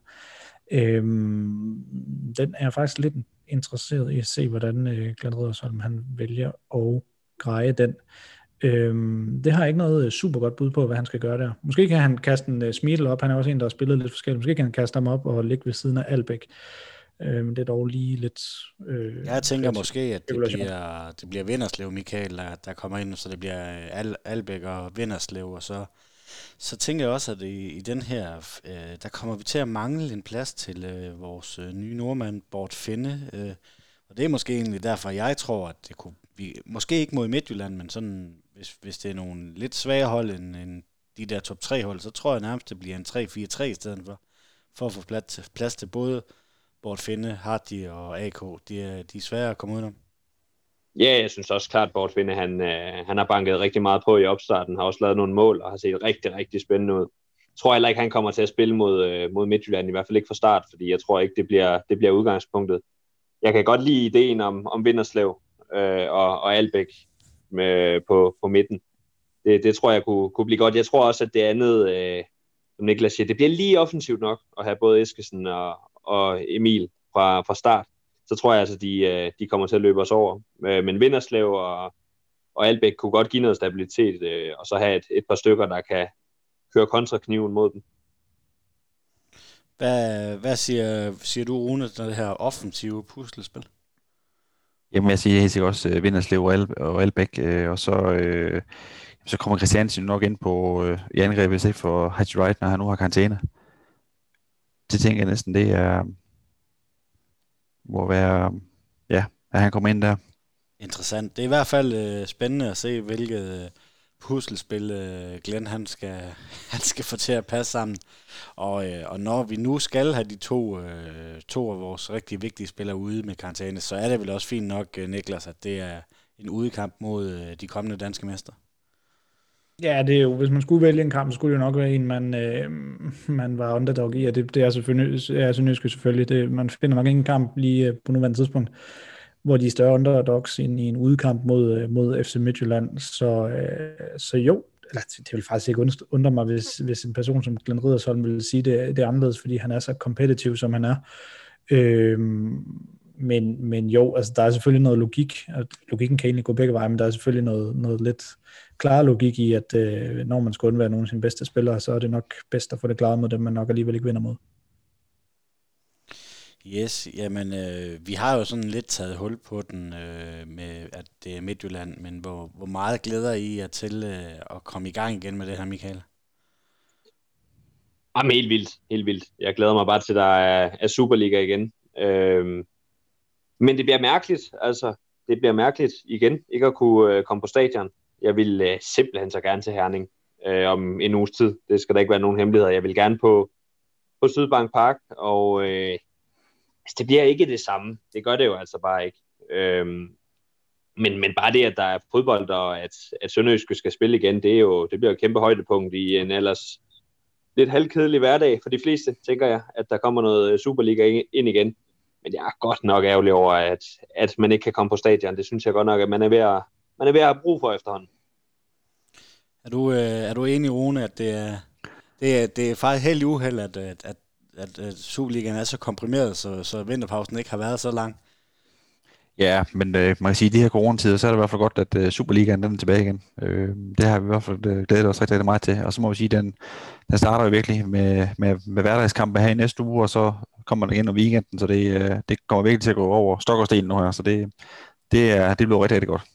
Um, den er jeg faktisk lidt interesseret i at se, hvordan uh, Glenn Riddersholm han vælger at greje den. Øhm, det har jeg ikke noget super godt bud på, hvad han skal gøre der. Måske kan han kaste en uh, Smidl op, han er også en, der har spillet lidt forskelligt. Måske kan han kaste ham op og ligge ved siden af Albæk. Øhm, det er dog lige lidt... Øh, jeg tænker lidt, måske, at det spekulation. bliver, det bliver Vinderslev, Michael, der, der kommer ind, så det bliver Al, Albæk og Vinderslev, og så, så tænker jeg også, at i, i den her, øh, der kommer vi til at mangle en plads til øh, vores øh, nye nordmand, Bort Finde, øh, og det er måske egentlig derfor, jeg tror, at det kunne vi, måske ikke mod Midtjylland, men sådan, hvis, hvis det er nogle lidt svage hold end, end de der top tre hold, så tror jeg nærmest, det bliver en tre fire tre i stedet for, for at få plads, plads til både Bort Finde, Hardy og A K. De er, de er svære at komme udenom. Ja, jeg synes også klart, at Bort Finde, han, øh, han har banket rigtig meget på i opstarten, har også lavet nogle mål og har set rigtig, rigtig spændende ud. Jeg tror heller ikke, han kommer til at spille mod, øh, mod Midtjylland, i hvert fald ikke fra start, fordi jeg tror ikke, det bliver, det bliver udgangspunktet. Jeg kan godt lide ideen om, om Vinderslev øh, og, og Albæk med, på, på midten. Det, det tror jeg kunne, kunne blive godt. Jeg tror også, at det andet, øh, som Niklas siger, det bliver lige offensivt nok at have både Eskesen og, og Emil fra, fra start. Så tror jeg altså, de, de kommer til at løbe os over. Men Vinderslev og, og Albæk kunne godt give noget stabilitet, øh, og så have et, et par stykker, der kan køre kontrakniven mod dem. Hvad, hvad siger, siger du, Rune, til det her offensive puslespil? Jamen, jeg siger helt sikkert også uh, Vinderslev og, Al- og Albæk, øh, og så, øh, så kommer Christiansen nok ind på øh, i angrebet sig for Haji Wright, når han nu har karantæne. Det tænker jeg næsten, det er må være, ja, at han kommer ind der. Interessant. Det er i hvert fald øh, spændende at se, hvilket øh, puslespil øh, Glenn han skal, han skal få til at passe sammen. Og, øh, og når vi nu skal have de to, øh, to af vores rigtig vigtige spillere ude med karantæne, så er det vel også fint nok, øh, Niklas, at det er en udekamp mod øh, de kommende danske mester. Ja, det er jo, hvis man skulle vælge en kamp, så skulle det jo nok være en, man, øh, man var underdog i, og det, det er selvfølgelig, er Sønderjyske selvfølgelig. Det, man finder nok ingen kamp lige på nuværende tidspunkt, hvor de er større underdogs ind i en udekamp mod, mod F C Midtjylland. Så, øh, så jo, eller det vil faktisk ikke undre mig, hvis, hvis en person som Glenn Riddersholm ville sige, det, det er anderledes, fordi han er så kompetitiv, som han er. Øhm, men, men jo, altså der er selvfølgelig noget logik, og logikken kan egentlig gå begge veje, men der er selvfølgelig noget, noget lidt klar logik i, at øh, når man skal undvære nogle af sine bedste spillere, så er det nok bedst at få det klaret mod dem, man nok alligevel ikke vinder mod. Yes, jamen øh, vi har jo sådan lidt taget hul på den øh, med, at det er Midtjylland, men hvor, hvor meget glæder I jer til øh, at komme i gang igen med det her, Michael? Jamen helt vildt, helt vildt. Jeg glæder mig bare til, at der er, er Superliga igen. Øhm, men det bliver mærkeligt, altså det bliver mærkeligt igen, ikke at kunne øh, komme på stadion. Jeg vil øh, simpelthen så gerne til Herning øh, om en uges tid. Det skal der ikke være nogen hemmeligheder. Jeg vil gerne på, på Sydbank Park, og øh, altså, det bliver ikke det samme. Det gør det jo altså bare ikke. Øhm, men, men bare det, at der er fodbold, og at, at Sønderjyske skal spille igen, det, er jo, det bliver jo et kæmpe højdepunkt i en ellers lidt halvkedelig hverdag for de fleste, tænker jeg, at der kommer noget Superliga ind igen. Men jeg er godt nok ærgerlig over, at, at man ikke kan komme på stadion. Det synes jeg godt nok, at man er ved at, man er ved at have brug for efterhånden. Er du, øh, er du enig, Rune, at det er, det er, det er faktisk helt uheld, at, at, at, at, at Superligaen er så komprimeret, så, så vinterpausen ikke har været så lang? Ja, men øh, man kan sige, at i de her coronatider, så er det i hvert fald godt, at øh, Superligaen den er tilbage igen. Øh, det har vi i hvert fald øh, glædet os rigtig, rigtig meget til. Og så må vi sige, at den, den starter jo virkelig med, med, med hverdagskampe her i næste uge, og så kommer den igen om weekenden, så det, øh, det kommer virkelig til at gå over stok og sten nu her. Så det, det, er, det bliver rigtig, rigtig godt.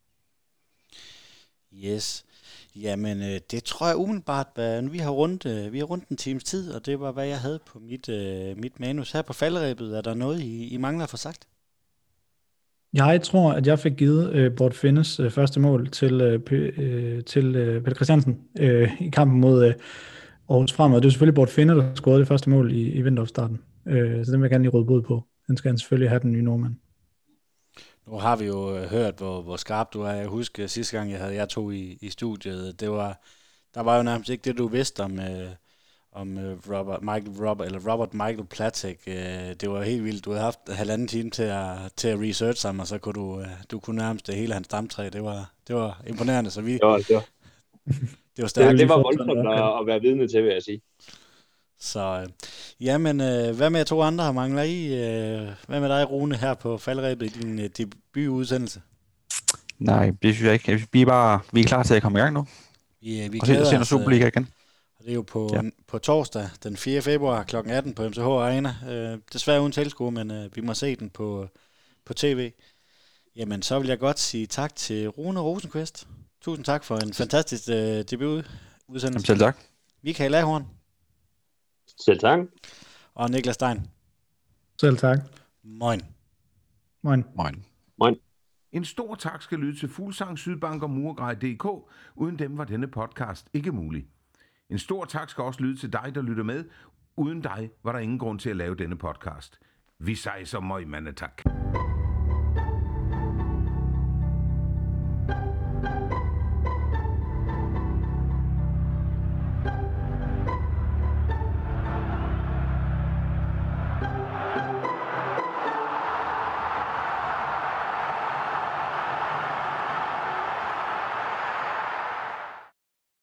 Yes. Jamen, øh, det tror jeg umiddelbart, hvad, vi har rundt, øh, vi har rundt en times tid, og det var, hvad jeg havde på mit, øh, mit manus. Her på falderæbet, er der noget, I, I mangler at få sagt? Jeg tror, at jeg fik givet øh, Bort Finnes øh, første mål til, øh, øh, til øh, Peter Christiansen øh, i kampen mod øh, Aarhus Fremad. Det er selvfølgelig Bort Finnes, der scorede det første mål i, i vinteropstarten. Øh, så den vil jeg gerne lige råde bod på. Den skal han selvfølgelig have, den nye nordmand. Nu har vi jo hørt, hvor, hvor skarp du er. Jeg husker sidste gang, jeg havde jer to i, i studiet. Det var, der var jo nærmest ikke det, du vidste om, øh, om øh, Robert, Michael, Robert, eller Robert Michael Platek. Øh, det var helt vildt. Du havde haft halvanden time til at, til at researche ham, og så kunne du, øh, du kunne nærmest det hele hans stamtræ. Det var, det var imponerende. Så vi, det var, det var, det var stærkt. Det, det var voldsomt at, at være vidne til, vil jeg sige. Så øh, jamen, øh, hvad med jer to andre har mangler I? Øh, hvad med dig, Rune, her på faldrebet i din øh, debutudsendelse? Nej, det synes jeg ikke. Vi er bare vi er klar til at komme i gang nu. Vi, vi og se, se noget Superliga igen. Og det er jo på, ja. på torsdag, den fjerde februar klokken atten på M C H Arena. Øh, desværre uden tilskuer, men øh, vi må se den på, på tv. Jamen, så vil jeg godt sige tak til Rune Rosenqvist. Tusind tak for en fantastisk øh, debutudsendelse. Selv tak. Michael Ahorn. Selv tak. Og Niklas Stein. Selv tak. Moin. Moin. Moin. Moin. En stor tak skal lyde til Fuglsang, Sydbank og Murgrej punktum d k. Uden dem var denne podcast ikke mulig. En stor tak skal også lyde til dig, der lytter med. Uden dig var der ingen grund til at lave denne podcast. Vi sejser møg, mande tak.